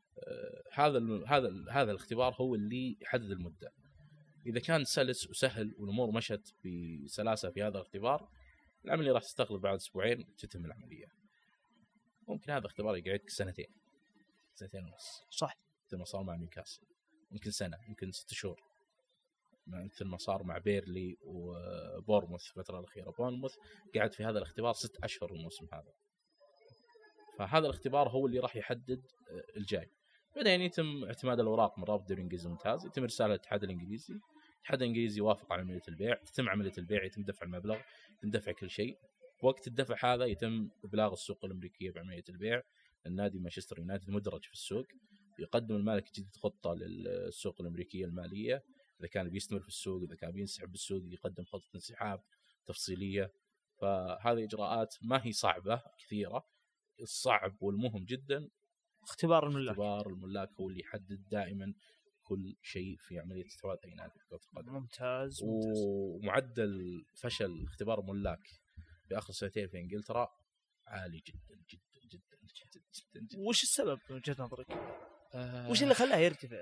هذا الاختبار هو اللي يحدد المدة. إذا كان سلس وسهل والأمور مشت بسلاسة في هذا الاختبار، العملية راح تستغرق بعد أسبوعين تتم العملية. ممكن هذا الاختبار يقعدك سنتين ونص، صح، مثل ما صار مع نيوكاسل، يمكن سنة، يمكن 6 شهور، مثل ما صار مع بيرلي وبورموث الفترة الأخيرة. بورموث قعد في هذا الاختبار 6 أشهر الموسم هذا. فهذا الاختبار هو اللي راح يحدد الجاي. بعدين يتم اعتماد الأوراق من رابطة الدوري الإنجليزي الممتاز، يتم رسالة الاتحاد الإنجليزي، الاتحاد الإنجليزي يوافق على عملية البيع، تتم عملية البيع، يتم دفع المبلغ، يتم دفع كل شيء. وقت الدفع هذا يتم إبلاغ السوق الأمريكية بعملية البيع. النادي مانشستر يونايتد مدرج في السوق، يقدم المالك الجديد خطة للسوق الأمريكية المالية، إذا كان بيستمر في السوق، إذا كان بينسحب بالسوق يقدم خطة انسحاب تفصيلية. فهذه إجراءات ما هي صعبة كثيرة، الصعب والمهم جدا اختبار الملاك. اختبار الملاك هو اللي يحدد دائما كل شيء في عملية استحواذ أي نادي في كرة القدم. ممتاز. ومعدل فشل اختبار الملاك في آخر سنتين في إنجلترا عالي جدا جدا جدا جدا جدا, جداً. وش السبب من وجهة نظرك؟ وش اللي خلاه يرتفع؟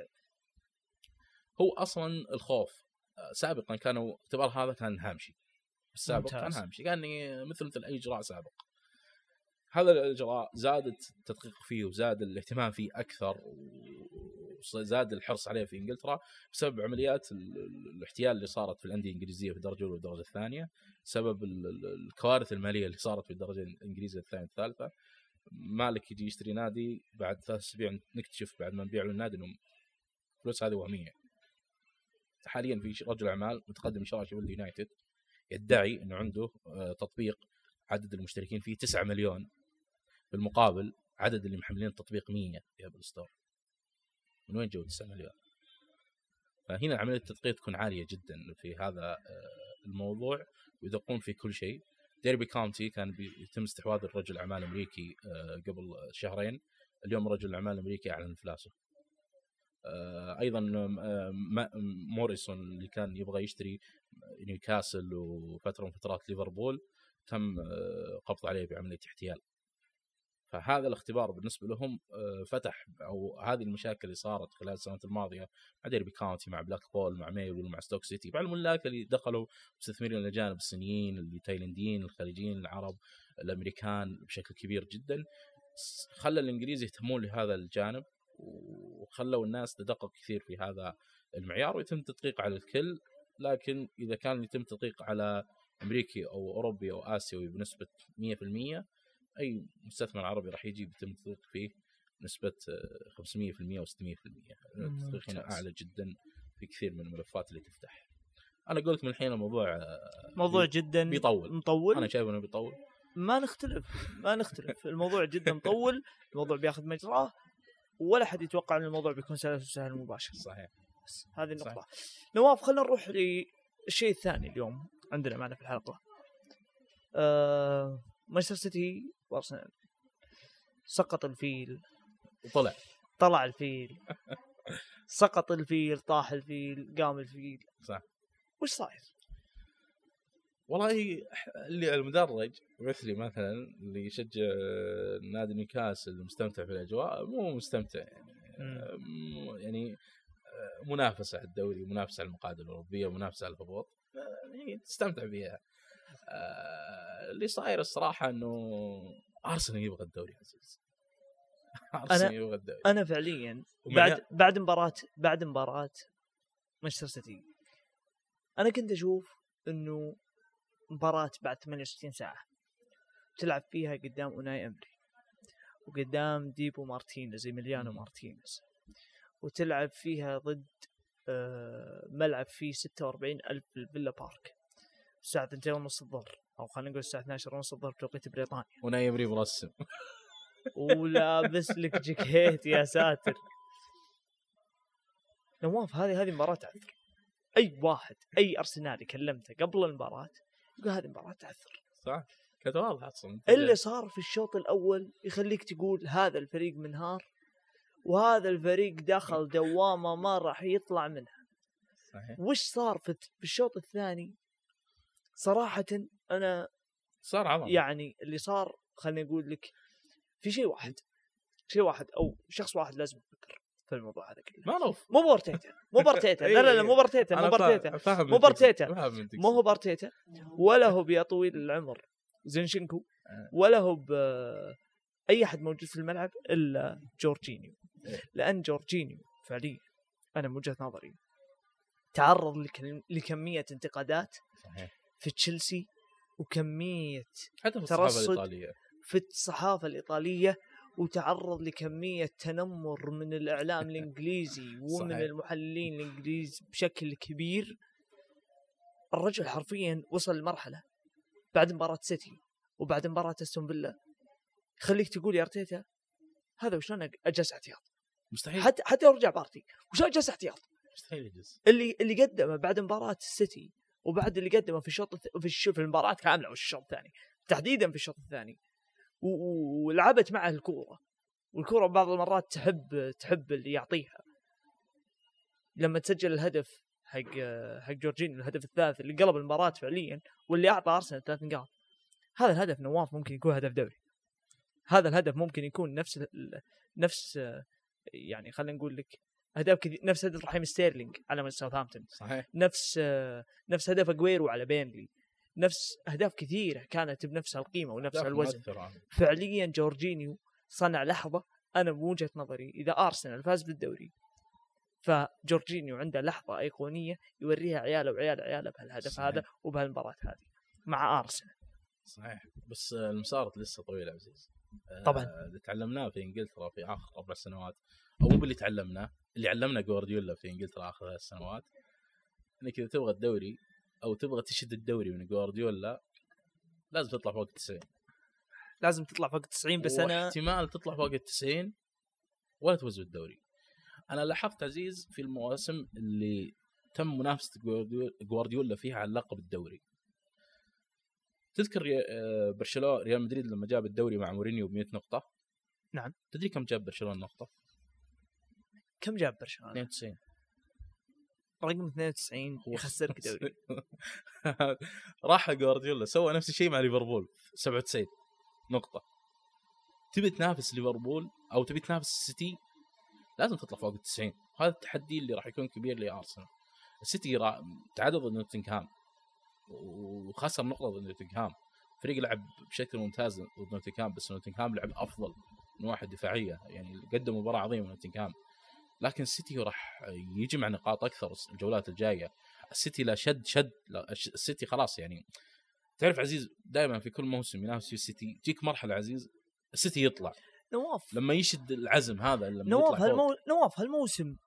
هو اصلا الخوف سابقا كانوا اختبار هذا كان هامشي، السابق كان هامشي، كان مثل اي اجراء سابق. هذا الاجراء زاد التدقيق فيه وزاد الاهتمام فيه اكثر وزاد الحرص عليه في انجلترا بسبب عمليات الاحتيال اللي صارت في الانديه الانجليزيه في الدرجه الاولى والدرجه الثانيه، سبب الكوارث الماليه اللي صارت في الدرجه الانجليزيه الثانيه والثالثه. مالك يجي يشتري نادي بعد 3 أسابيع نكتشف بعد ما نبيع له النادي انه فلوس هذه وهميه. حاليا في رجل اعمال متقدم شراء شيفيلد يونايتد يدعي انه عنده تطبيق عدد المشتركين فيه 9 مليون، بالمقابل عدد اللي محملين التطبيق 100 في ابل ستور. من وين جو 9 مليون؟ فهنا عمليه التدقيق تكون عاليه جدا في هذا الموضوع ويدقون في كل شيء. ديربي كاونتي كان بيتم استحواذ الرجل الاعمال الامريكي قبل شهرين، اليوم رجل الاعمال الامريكي اعلن افلاسه. ايضا موريسون اللي كان يبغى يشتري نيوكاسل وفتره من فترات ليفربول تم قبض عليه بعمليه احتيال. فهذا الاختبار بالنسبه لهم فتح، او هذه المشاكل اللي صارت خلال السنوات الماضيه مع ديربي كاونتي مع بلاك بول مع مايو مع ستوك سيتي مع الملاك اللي دخلوا مستثمرين الاجانب الصينيين التايلنديين الخليجيين العرب الامريكان بشكل كبير جدا، خلى الانجليز يهتمون لهذا الجانب وخلوا الناس تدقق كثير في هذا المعيار ويتم التدقيق على الكل. لكن اذا كان يتم التدقيق على امريكي او اوروبي او اسيوي بنسبه 100%، اي مستثمر عربي راح يجي يتم التدقيق فيه بنسبه 500% و 600%. التدقيق هنا اعلى جدا في كثير من الملفات اللي تفتح. انا اقول لك من الحين الموضوع جدا مطول. انا شايف انه بيطول. ما نختلف الموضوع جدا مطول، الموضوع بياخذ مجراه ولا حد يتوقع ان الموضوع بيكون سهل وسهل مباشر. صحيح. هذه النقطه. صحيح. نواف، خلينا نروح للشيء الثاني اليوم عندنا معنا في الحلقه. مانشستر سيتي وارسنال. سقط الفيل طلع الفيل سقط الفيل، طاح الفيل، قام الفيل. صح. وش صاير؟ والله اللي المدرج مثلي مثلا اللي يشجع نادي نيوكاسل المستمتع في الاجواء مو مستمتع يعني منافسه على الدوري ومنافسه على المقاعد الاوروبيه ومنافسه على الهبوط يعني تستمتع فيها. اللي صاير الصراحه انه ارسنال يبغى الدوري عزيز. ارسنال يبغى الدوري. انا فعليا بعد مباراه مانشستر سيتي انا كنت اشوف انه مباراة بعد 68 ساعة تلعب فيها قدام أوناي أمري وقدام ديبو مارتينيز إيميليانو مارتينيز، وتلعب فيها ضد ملعب فيه 46,000 في الفيلا بارك الساعة 2:30 الظهر، أو خلينا نقول الساعة 12:30 الظهر بتوقيت بريطانيا. أوناي أمري مرسم ولابس لك جاكيت يا ساتر. نواف هذه مباراة تعثر. أي واحد أي أرسنالي كلمته قبل المباراة يقول هذه مباراة تعثر. صح، كانت واضحة أصلا. اللي صار في الشوط الأول يخليك تقول هذا الفريق منهار وهذا الفريق دخل دوامة ما راح يطلع منها. صحيح. وش صار في الشوط الثاني؟ صراحة أنا صار عظم. يعني اللي صار خلني أقول لك في شيء واحد أو شخص واحد لازم يفكر في الموضوع هذا كله. مو بارتيتا لا مو بارتيتا ولا هو بيطويل العمر زينشينكو ولا هو بأي أحد موجود في الملعب إلا جورجينيو. لأن جورجينيو فعليا أنا من وجهة نظري تعرض لكمية انتقادات في تشيلسي وكمية حتى في الصحافة الإيطالية وتعرض لكمية تنمر من الإعلام الإنجليزي ومن المحللين الإنجليز بشكل كبير. الرجل حرفيا وصل لمرحلة بعد مباراة سيتي وبعد مباراة أستون فيلا خليك تقول يا أرتيتا هذا وشلون أجلس احتياط؟ مستحيل. حتى يرجع بارتي وشلون أجلس احتياط؟ مستحيل يجلس. اللي قدمه بعد مباراة السيتي وبعد اللي قدمه في المباراة كاملة والشوط الثاني تحديدا في الشوط الثاني ولعبت معه والكرة بعض المرات تحب اللي يعطيها. لما تسجل الهدف حق جورجينيو الهدف الثالث اللي قلب المباراة فعليا واللي أعطى أرسنال 3 نقاط، هذا الهدف نواف ممكن يكون هدف دوري. هذا الهدف ممكن يكون نفس يعني خلينا نقول لك اهداف كثير، نفس هدف رحيم ستيرلينج على مستوى ساوثهامبتون، صحيح. نفس هدف اجويرو على بيرنلي، نفس اهداف كثيره كانت بنفس القيمه ونفس الوزن. فعليا جورجينيو صنع لحظه، انا بوجهه نظري اذا ارسنال فاز بالدوري فجورجينيو عنده لحظه ايقونيه يوريها عياله وعيال عياله بهالهدف. صحيح. هذا وبهالمباراه هذه مع ارسنال. صحيح. بس المسار لسه طويل عزيز. طبعا اللي تعلمناه في انجلترا في اخر 4 سنوات، او مو اللي تعلمناه، اللي علمنا جوارديولا في انجلترا اخر 3 سنوات، انك اذا تبغى الدوري او تبغى تشد الدوري من جوارديولا لازم تطلع فوق 90. لازم تطلع فوق 90. بس انا احتمال تطلع فوق 90 ولا تفوز بالدوري. انا لاحظت عزيز في المواسم اللي تم منافسه جوارديولا فيها على لقب الدوري، تذكر برشلونه ريال مدريد لما جاب الدوري مع مورينيو ب100 نقطه. نعم. تدري كم جاب برشلونه نقطه؟ كم جاب برشلونه؟ 92. رقم 92 يخسرك دوري. راح جوارديولا سوى نفس الشيء مع ليفربول 97 نقطه. تبي تنافس ليفربول او تبي تنافس السيتي لازم تطلع فوق 90. هذا التحدي اللي راح يكون كبير لأرسنال. السيتي تعادل ضد نوتنغهام وخسر نقطة ضد نوتنغهام، فريق لعب بشكل ممتاز ضد نوتنغهام، بس نوتنغهام لعب أفضل من واحد دفاعية، يعني قدم مباراة عظيمة نوتنغهام. لكن السيتي راح يجمع نقاط أكثر الجولات الجاية. السيتي لا شد لا، السيتي خلاص يعني تعرف عزيز دائما في كل موسم ينافس في السيتي تجيك مرحلة عزيز السيتي يطلع نواف لما يشد العزم هذا لما نواف هالموسم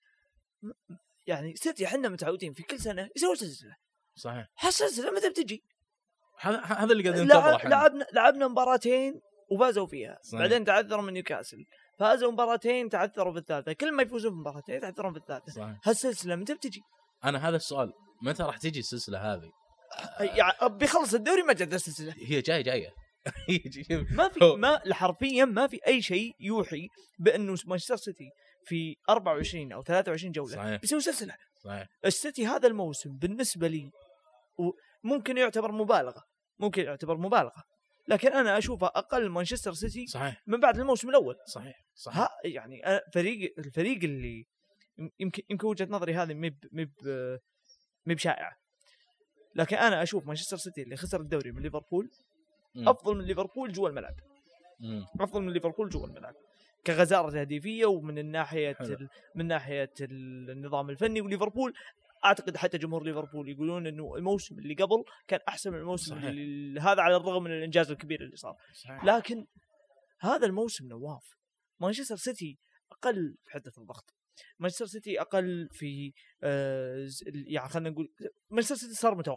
يعني سيتي احنا متعودين في كل سنة يسوي سلسلة. صحيح. هالسلسلة متى بتجي؟ هذا اللي قاعدين ننتظره. لعبنا مباراتين وفازوا فيها. صحيح. بعدين تعثروا من نيوكاسل، فازوا مباراتين تعثروا بالثالثة، كل ما يفوزون بمباراتين تعثرون بالثالثة. صحيح. هالسلسلة متى بتجي؟ أنا هذا السؤال، متى راح تجي السلسلة هذه؟ يعني بيخلص الدوري ما جت السلسلة. هي جاية ما حرفيا ما في أي شيء يوحي بأنه مانشستر سيتي في 24 أو 23 جولة بيسوي سلسلة. صحيح. السيتي هذا الموسم بالنسبة لي ممكن يعتبر مبالغة، لكن أنا أشوفه أقل مانشستر سيتي. صحيح. من بعد الموسم الأول. صحيح. يعني الفريق اللي يمكن وجهة نظري هذه مب شائعة، لكن أنا أشوف مانشستر سيتي اللي خسر الدوري من ليفربول أفضل من ليفربول جوا الملعب. أفضل من ليفربول جوا الملعب كغزارة تهديفية ومن من ناحية النظام الفني. وليفربول أعتقد حتى جمهور ليفربول يقولون إنه الموسم اللي قبل كان أحسن من الموسم هذا على الرغم من الإنجاز الكبير اللي صار. صحيح. لكن هذا الموسم نواف مانشستر سيتي أقل في حدة الضغط، مانشستر سيتي أقل في يعني خلينا نقول مانشستر سيتي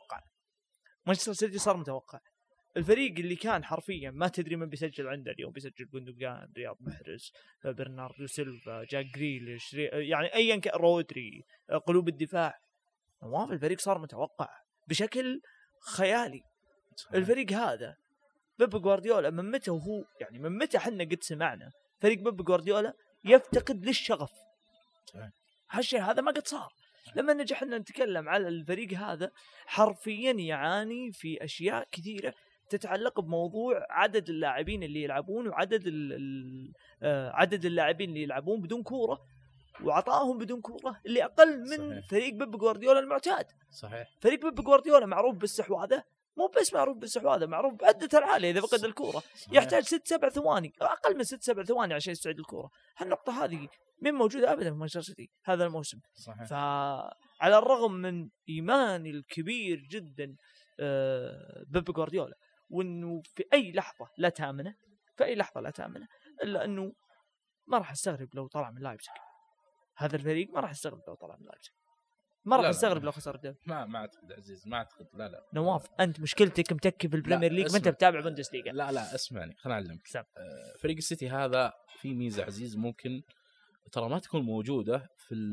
صار متوقع. الفريق اللي كان حرفيا ما تدري من بيسجل عنده اليوم، بيسجل بوندوغان، رياض محرز، برناردو سيلفا، جاك جريليش، يعني أيا كان، رودري، قلوب الدفاع. نواف الفريق صار متوقع بشكل خيالي. الفريق هذا بيب جوارديولا من متى حنا قد سمعنا فريق بيب جوارديولا يفتقد للشغف؟ هالشيء هذا ما قد صار. لما نجحنا نتكلم على الفريق هذا حرفيا يعاني في أشياء كثيرة تتعلق بموضوع عدد اللاعبين اللي يلعبون وعدد عدد اللاعبين اللي يلعبون بدون كورة وعطائهم بدون كورة اللي أقل من. صحيح. فريق بيب جوارديولا المعتاد. صحيح. فريق بيب جوارديولا معروف بالاستحواذ، مو بس معروف بالاستحواذ، معروف بعدة العالية. إذا فقد الكورة يحتاج 6-7 ثواني، أقل من 6-7 ثواني عشان يستعيد الكورة. هالنقطة هذه من موجودة أبدا في مانشستر سيتي هذا الموسم. صحيح. فعلى الرغم من إيماني الكبير جدا بيب جوارديولا وإنه في أي لحظة لا تامنه إلا أنه ما راح استغرب لو طلع من لايبزيج. هذا الفريق ما راح استغرب لو طلع من لايبزيج، ما راح استغرب لو خسر الدوري. ما اعتقد عزيز، ما اعتقد. لا نواف انت مشكلتك متكي في البريمير ليج، ما انت بتابع بوندسليغا. لا اسمعني خليني اعلمك. فريق السيتي هذا في ميزه عزيز ممكن ترى ما تكون موجوده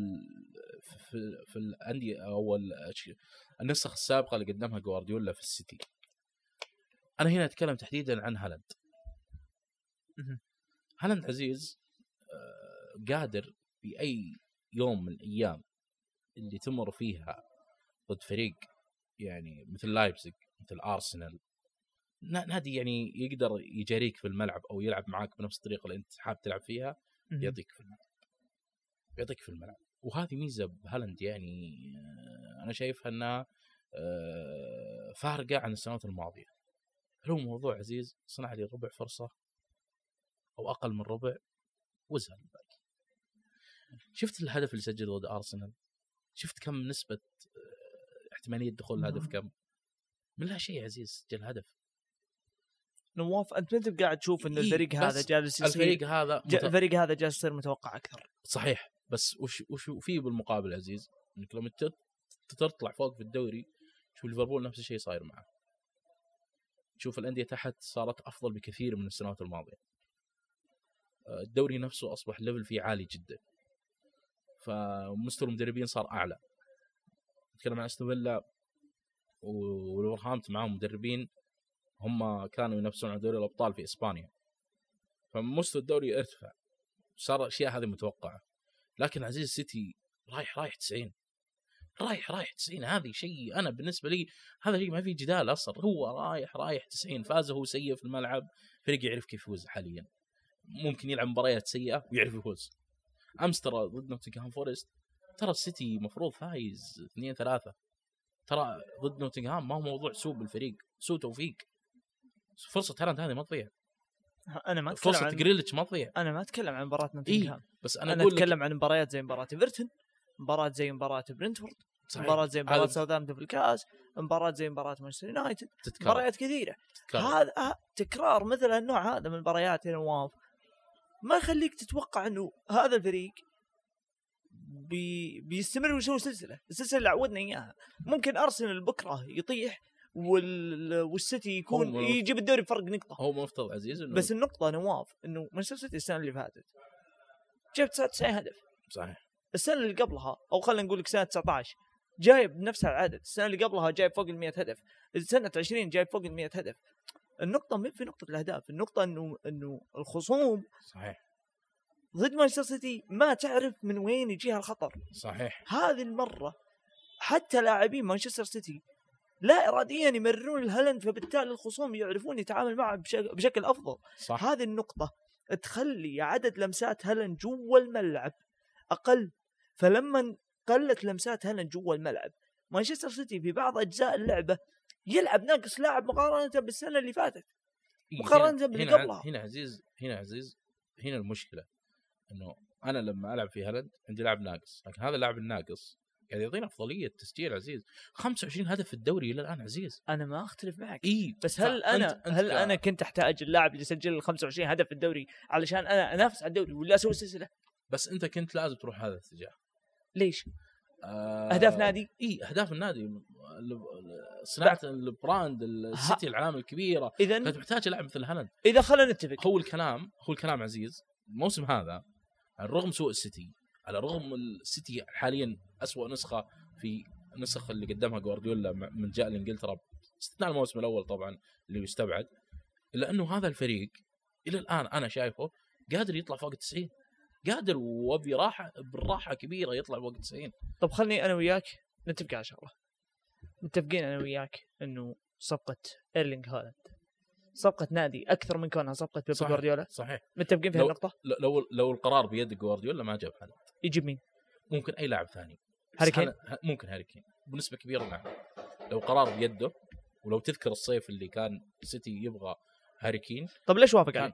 في الانديه او النسخ السابقه اللي قدمها جوارديولا في السيتي. انا هنا اتكلم تحديدا عن هالاند عزيز قادر في اي يوم من الايام اللي تمر فيها ضد فريق يعني مثل لايبزيج، مثل أرسنال، نادي يعني يقدر يجاريك في الملعب أو يلعب معاك بنفس الطريقة اللي أنت حاب تلعب فيها، يعطيك في الملعب. بيعطيك في الملعب. وهذه ميزه بهالاند يعني انا شايفها انها فارقه عن السنوات الماضيه. هل هو موضوع عزيز صنع لي ربع فرصه او اقل من ربع وزن الباقي؟ شفت الهدف اللي سجله ضد ارسنال؟ شفت كم نسبه احتماليه دخول الهدف؟ كم من لا شيء عزيز جل هدف. نواف انت قاعد تشوف ان الفريق هذا جالس الفريق هذا الفريق هذا جالس يصير متوقع اكثر. صحيح، بس وش فيه بالمقابل عزيز؟ انك لما تطلع فوق في الدوري شوف ليفربول نفس الشيء صاير معه. شوف الانديه تحت صارت افضل بكثير من السنوات الماضيه. الدوري نفسه اصبح ليفل فيه عالي جدا، فمستوى المدربين صار اعلى. نتكلم عن استون فيلا وولفرهامبتون معهم مدربين هم كانوا ينافسون على دوري الابطال في اسبانيا، فمستوى الدوري ارتفع، صار اشياء هذه متوقعه. لكن عزيز السيتي رايح 90 رايح 90. هذه شيء انا بالنسبه لي هذا شيء ما في جدال اصلا. هو رايح 90. فاز هو سيء في الملعب، فريق يعرف كيف يفوز حاليا. ممكن يلعب مباريات سيئه ويعرف يفوز. امس ترى ضد نوتنغهام فورست ترى السيتي مفروض فايز 2-3. ترى ضد نوتنغهام ما هو موضوع سوء بالفريق، سوء توفيق. فرصه هالاند هذه ما تضيع. انا ما اتكلم فرصه جريليتش ما تضيع. انا ما اتكلم عن مباراه نوتنغهام، بس انا اتكلم عن مباريات زي مباراه ايفرتون، مباراه زي مباراه برينتفورد، مباراه زي مباراه ساوثهامبتون في الكاس، مباراه زي مباراه مانشستر يونايتد، مباريات كثيره. هذا تكرار مثل النوع هذا من المباريات يا نواف ما يخليك تتوقع انه هذا الفريق بيستمر ويسوي السلسله اللي عودنا اياها. ممكن ارسنال بكره يطيح والسيتي يكون يجيب الدوري بفرق نقطه. هو مفترض عزيز إنه بس النقطه نواف انه مانشستر سيتي السنه اللي فاتت جاب 99 هدف صحيح. السنه اللي قبلها او خلينا نقول لك سنه 19 جايب نفس العدد. السنه اللي قبلها جايب فوق ال100 هدف. سنه 20 جايب فوق ال100 هدف. النقطه مو في نقطه الاهداف، النقطه انه الخصوم صحيح ضد مانشستر سيتي ما تعرف من وين يجيها الخطر. صحيح. هذه المره حتى لاعبين مانشستر سيتي لا إراديا يمررون الهالاند، فبالتالي الخصوم يعرفون يتعامل معه بشكل أفضل. صح. هذه النقطة تخلي عدد لمسات هالاند جوا الملعب أقل، فلما قلت لمسات هالاند جوا الملعب مانشستر سيتي في بعض أجزاء اللعبة يلعب ناقص لاعب مقارنة بالسنة اللي فاتت، مقارنة باللي قبلها. هنا عزيز هنا المشكلة إنه أنا لما ألعب في هالاند عندي لاعب ناقص، لكن هذا اللاعب الناقص يعني يعطينا أفضلية تسجيل. عزيز 25 هدف في الدوري إلى الآن عزيز. أنا ما أختلف معك بس هل أنا كنت أحتاج اللاعب اللي يسجل 25 هدف في الدوري علشان أنا أنافس على الدوري ولا أسوي سلسلة؟ بس أنت كنت لازم تروح هذا الاتجاه. ليش؟ أهداف نادي؟ أهداف النادي، صناعة البراند، السيتي العلامة الكبيرة. إذن كنت محتاج لاعب مثل هالاند. إذا خلينا نتفق، هو الكلام عزيز الموسم هذا على الرغم سوء السيتي، على الرغم السيتي حاليا أسوأ نسخة في النسخ اللي قدمها جوارديولا من جاء لإنجلترا استثناء الموسم الأول طبعا اللي يستبعد، إلا أنه هذا الفريق إلى الآن أنا شايفه قادر يطلع فوق 90، قادر بالراحة كبيرة يطلع فوق 90. طب خلني أنا وياك نتفق على شغلة. متفقين أنا وياك إنه صفقة إيرلينغ هالاند صفقة نادي أكثر من كونها صفقة بيب جوارديولا. صحيح. متفقين في هالنقطة. لو القرار بيد جوارديولا ما جاب هالاند، يجيب مين؟ ممكن أي لاعب ثاني. هاري كين. ممكن هاري كين بنسبة كبيرة. نعم لو قرار بيده. ولو تذكر الصيف اللي كان سيتي يبغى هاري كين. طب ليش وافق عليه؟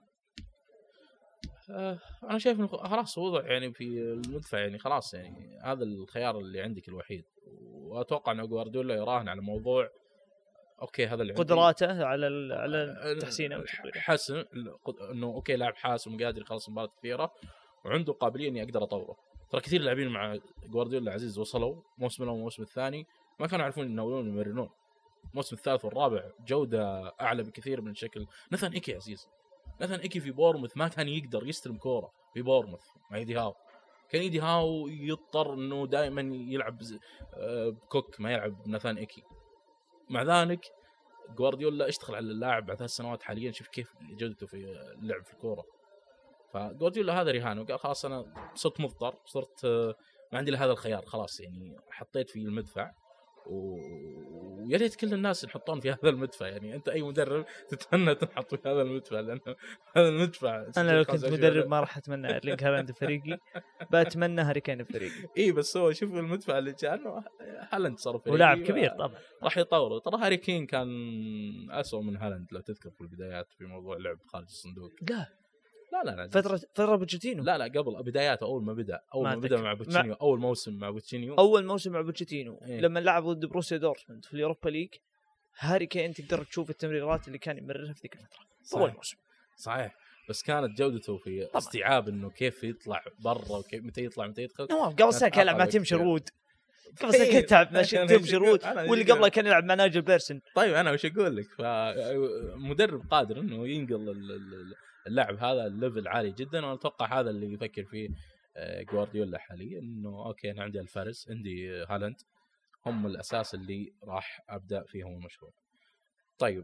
أنا شايف إنه خلاص وضع يعني في المدفع، يعني خلاص يعني هذا الخيار اللي عندك الوحيد. وأتوقع إنه جوارديولا يراهن على موضوع أوكي هذا اللي قدراته على تحسينه حسن إنه أوكي لاعب حاسم قادر يخلص مباريات كثيرة وعنده قابلية إني أقدر أطوره. ترى كثير لاعبين مع جوارديولا عزيز وصلوا موسم الأول والموسم الثاني ما كانوا يعرفون يناولون ويمرنون. الموسم الثالث والرابع جودة أعلى بكثير من شكل. ناثان إيكي عزيز، ناثان إيكي في بورموث ما كان يقدر يستلم كورة في بورموث مع إيدي هاو. كان إيدي هاو يضطر إنه دائما يلعب بكوك ما يلعب ناثان إيكي. مع ذلك جوارديولا اشتغل على اللاعب بعد 3 سنوات حاليا شوف كيف جودته في اللعب في الكورة. فجوارديولا هذا رهانه وقال خلاص أنا صرت مضطر، صرت ما عندي إلا هذا الخيار، خلاص يعني حطيت في المدفع ويا ريت كل الناس يحطون في هذا المدفع. يعني انت اي مدرب تتمنى تنحط في هذا المدفع، لانه هذا المدفع انا لو كنت مدرب ما راح اتمنى ايرلينغ هالاند فريقي، بتمنى هاري كين فريقي. اي بس هو شوف المدفع اللي كان هالاند صار فريقي ولاعب كبير طبعا راح يطوره. ترى هاري كين كان أسوأ من هالاند لو تذكر في البدايات في موضوع لعب خارج الصندوق. لا فترة بوتشيتينو. لا قبل بداياته اول ما بدا مع بوتشينيو اول موسم مع بوتشينيو إيه؟ لما لعب ضد بروسيا دورتموند في اليوروبا ليج، هاري كين تقدر تشوف التمريرات اللي كان يمررها في ذيك الفترة اول موسم. صحيح بس كانت جودته في طبعا. استيعاب انه كيف يطلع برا وكيف متى يطلع متى يدخل. قبل سنة كان يلعب مع تيم شرود، قبل سنة كان يلعب مع تيم شرود، واللي قبله كان يلعب مع نايجل بيرسون. طيب انا وش اقول لك، فمدرب قادر انه ينقل اللاعب هذا الليفل عالي جدا، وانا اتوقع هذا اللي يفكر فيه جوارديولا حاليا، انه اوكي انا عندي الفارس، عندي هالاند، هم الاساس اللي راح ابدا فيهم المشروع. طيب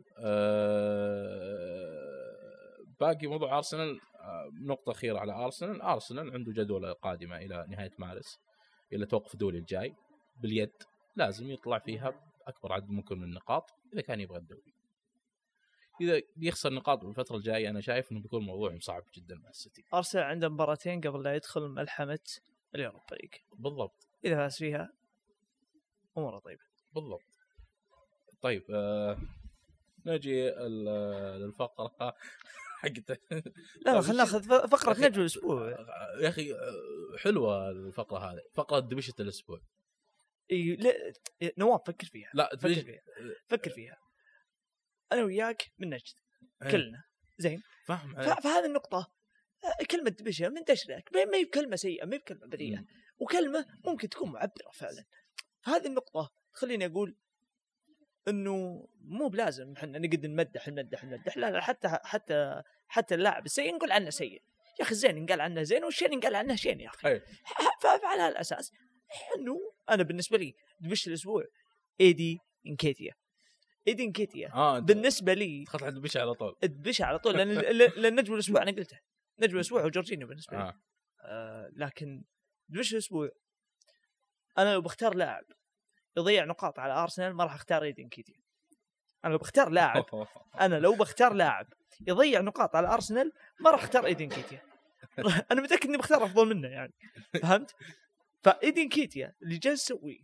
باقي موضوع ارسنال. نقطه اخيره على ارسنال عنده جدول قادمه الى نهايه مارس، الى توقف الدوري الجاي باليد، لازم يطلع فيها باكبر عدد ممكن من النقاط اذا كان يبغى الدوري. اذا بيخسر نقاط بالفتره الجايه انا شايف انه بيكون موضوع صعب جدا مع السيتي. ارسنال عنده مباراتين قبل لا يدخل ملحمه اليوروبا ليج. بالضبط، اذا فاز فيها اموره طيبه. بالضبط. طيب نجي للفقره حقت لا خلينا ناخذ فقره نجم الاسبوع يا اخي. حلوه الفقره هذه، فقره دبشه الاسبوع. اي لا نواف فكر فيها. لا فكر فيها انا وياك من نجد كلنا زين فاهم. فهذه النقطه كلمه دبشه منتشره، ما هي بكلمه سيئه، ما هي بكلمه بذيئه، وكلمه ممكن تكون معبره فعلا. هذه النقطه خليني اقول انه مو بلازم احنا نقعد نمدح. لا حتى اللاعب السيء نقول عنه سيء يا اخي، الزين نقال عنه زين والشين نقال عنه شين يا اخي. فعلى هالاساس انه انا بالنسبه لي دبش الاسبوع ايدي انكيتيا بالنسبه لي خط عند دبش على طول لان نجم الاسبوع انا قلته نجم الاسبوع وجورجينيو بالنسبه لي. لكن دبش الاسبوع انا لو بختار لاعب يضيع نقاط على ارسنال ما راح اختار ايدي انكيتيا. انا لو بختار لاعب يضيع نقاط على ارسنال ما راح اختار ايدي انكيتيا. انا متاكد اني بختار افضل منه يعني، فهمت؟ فايدي انكيتيا اللي جالس يسويه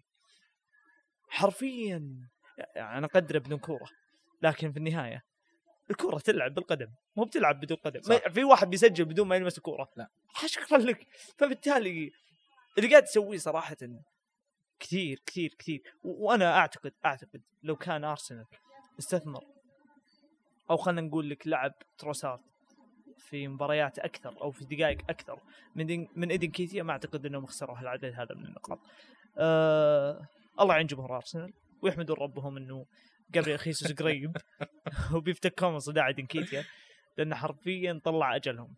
حرفيا يعني انا قدره بدون كوره، لكن في النهايه الكوره تلعب بالقدم مو بتلعب بدون قدم. في واحد بيسجل بدون ما يلمس الكوره، لا شكرا لك. فبالتالي اللي قاعد تسويه صراحه كثير كثير كثير. وانا اعتقد لو كان ارسنال استثمر او خلينا نقول لك لعب تروسارد في مباريات اكثر او في دقائق اكثر من ايدن كيتيا، ما اعتقد انهم خسروا هالعدد هذا من النقاط. الله يعين جمهور ارسنال ويحمدون ربهم انه جابرييل خيسوس قريب وبيفتكهم صداع ايدن كيتيا، لانه حرفيا طلع اجلهم.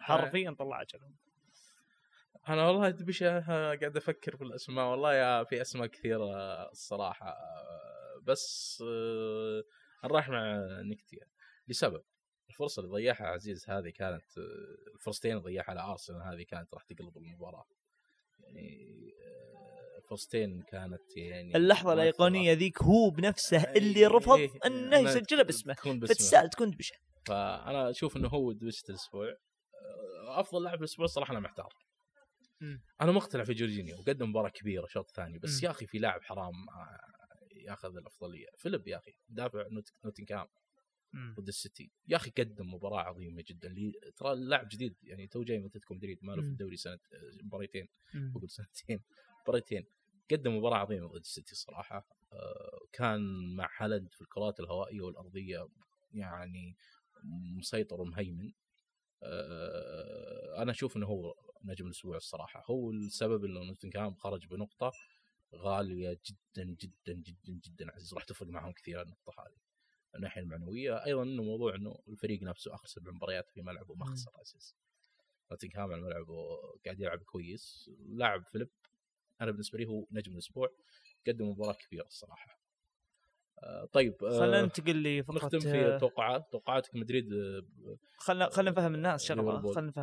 انا والله دبشه قاعد افكر في الاسماء، والله يا في اسماء كثيره الصراحه، بس نروح مع نكتيا لسبب الفرصه اللي ضيعها عزيز. هذه كانت الفرصتين اللي ضيعها على ارسنال، هذه كانت راح تقلب المباراه. يعني فرصتين كانت يعني اللحظه الايقونيه ذيك هو بنفسه اللي رفض انه يسجلها باسمه، فتستاهل تكون دبشه. فانا اشوف انه هو دبشه الاسبوع افضل لاعب الاسبوع الصراحه. انا محتار. انا مقتنع في جورجينيو وقدم مباراه كبيره شوط ثاني، بس يا اخي في لاعب حرام ياخذ الافضليه. فيليب يا اخي دافع نوتنغهام ضد السيتي، يا اخي قدم مباراه عظيمه جدا. ترى اللاعب جديد يعني تو جاي من اتلتيكو مدريد، ما له في الدوري سنه مباريتين، بقول سنتين مباريتين. قدم مباراه عظيمه ضد السيتي الصراحه. كان مع هالاند في الكرات الهوائيه والارضيه يعني مسيطر ومهيمن. انا اشوف انه هو نجم الاسبوع الصراحه. هو السبب انه نوتنغهام خرج بنقطه غاليه جدا جدا جدا جدا عزيز، راح تفرق معهم كثير النقطه هذه من الناحيه المعنويه. ايضا انه موضوع انه الفريق نفسه اخر 7 مباريات في ملعبه ما خسر عزيز. نوتنغهام على ملعبه قاعد يلعب كويس. لاعب فيليب انا بالنسبه لي هو نجم الاسبوع، قدم مباراه كبيره الصراحه. طيب خلينا ننتقل لي فقط نختم في توقعاتك مدريد. خلينا نفهم الناس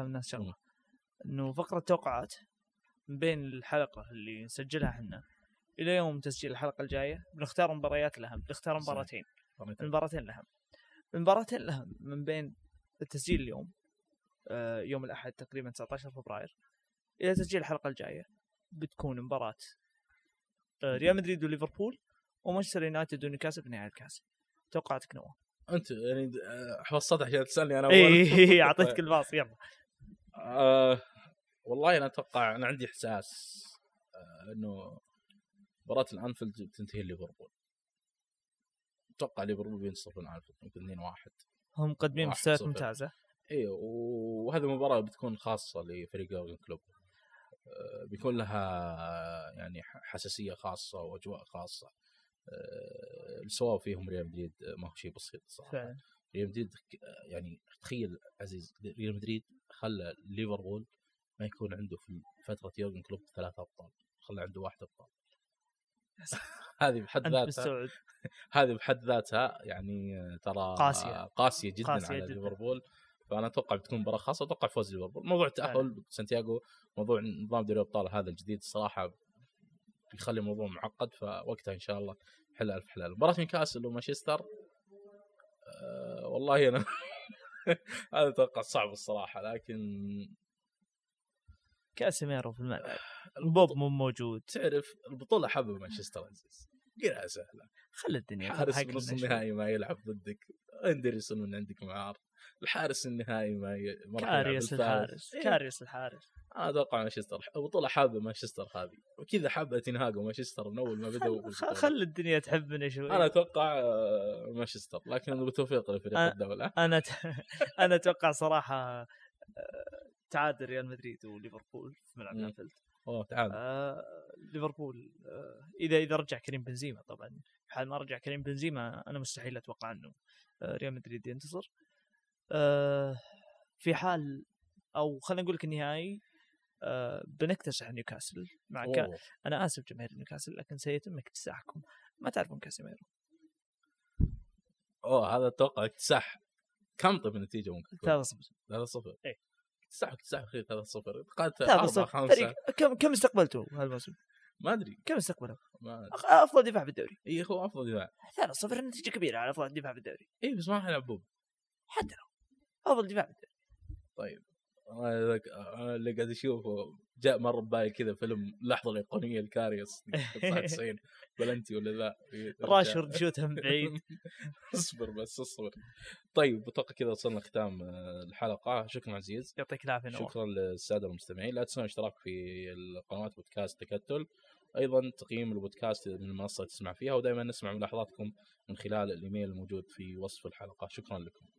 شغله انه فقره توقعات بين الحلقه اللي نسجلها احنا الى يوم تسجيل الحلقه الجايه بنختار مباريات الاهم، بنختار مباراتين. المباراتين الاهم من بين التسجيل اليوم يوم الاحد تقريبا 19 فبراير الى تسجيل الحلقه الجايه بتكون مباراه ريال مدريد وليفربول ومانشستر يونايتد ونيوكاسل في نهائي الكاس. توقعاتك نواف؟ انت يعني حفظت عشان تسالني انا اي اعطيتك الباص يلا. والله انا اتوقع، انا عندي احساس انه مباراة الانفيلد تنتهي ليفربول. اتوقع ليفربول بينتصر من الانفيلد يمكن 2-1. هم مقدمين مستويات ممتازه. ايوه، وهذه المباراة بتكون خاصة لفريق يورجن كلوب، بيكون لها يعني حساسية خاصة واجواء خاصة. السواء فيهم ريال مدريد ما هو شيء بسيط صراحة. ريال مدريد يعني تخيل عزيز، ريال مدريد خلى ليفربول ما يكون عنده في فترة يورجن كلوب 3 أبطال، خلى عنده 1 أبطال. هذه بحد ذاتها يعني ترى قاسية جدا على ليفربول. فأنا أتوقع بتكون مباراة خاصة، أتوقع فوز ليفربول. موضوع التأهل سانتياغو، موضوع نظام دوري الأبطال هذا الجديد الصراحة بيخلي الموضوع معقد، فوقتها إن شاء الله حل ألف حلال. مباراة نيوكاسل ومانشستر والله أنا هذا أتوقع صعب الصراحة، لكن كاسيميرو في الملعب، بوب مو موجود. تعرف البطولة حابة مانشستر عزيز، قلها سهلة. خلي الدنيا حارس بنص النهائي ما يلعب ضدك، اندرسون من عندك معار، الحارس النهائي ما كاريس الحارس كاريس الحارس. انا اتوقع مانشستر بطولة حابة مانشستر هذه، وكذا حابة تنهاج ومانشستر من اول ما بدأوا. خلي الدنيا تحبنا شوي. انا اتوقع مانشستر، لكن بتوفيق لفريق الدولة. انا اتوقع صراحة تعادل ريال مدريد وليفربول في ملعب الانفيلد. تعادل ليفربول اذا رجع كريم بنزيما. طبعا حال ما رجع كريم بنزيما انا مستحيل اتوقع انه ريال مدريد ينتصر. في حال او خلينا نقول لك النهائي بنكتسح نيوكاسل مع انا اسف جماهير نيوكاسل، لكن سيتم اكتساحكم. ما تعرفون كاسيميرو. هذا اتوقع اكتساح. كم طيب النتيجة ممكن 3-0 ايه اكتساح خير 3-0 قالت 4-5. كم استقبلته هالموسم؟ ما ادري كم استقبله. افضل دفاع بالدوري. اي هو افضل دفاع. 3-0 نتيجة كبيرة على افضل دفاع بالدوري. اي بس ما حيلعب بوب حتى لو افضل دفاع بالدوري. طيب اللي قاعد اشوفه جاء مره ببالي كذا فيلم لحظه الايقونيه الكاريوس 99 بلنتي ولا لا راشفورد شوتها من بعيد. اصبر. طيب اتوقع كذا وصلنا ختام الحلقه. شكرا عزيز، يعطيك العافيه. شكرا للساده المستمعين. لا تنسوا الاشتراك في القنوات بودكاست تكتل، ايضا تقييم البودكاست من المنصه تسمع فيها، ودائما نسمع ملاحظاتكم من خلال الايميل الموجود في وصف الحلقه. شكرا لكم.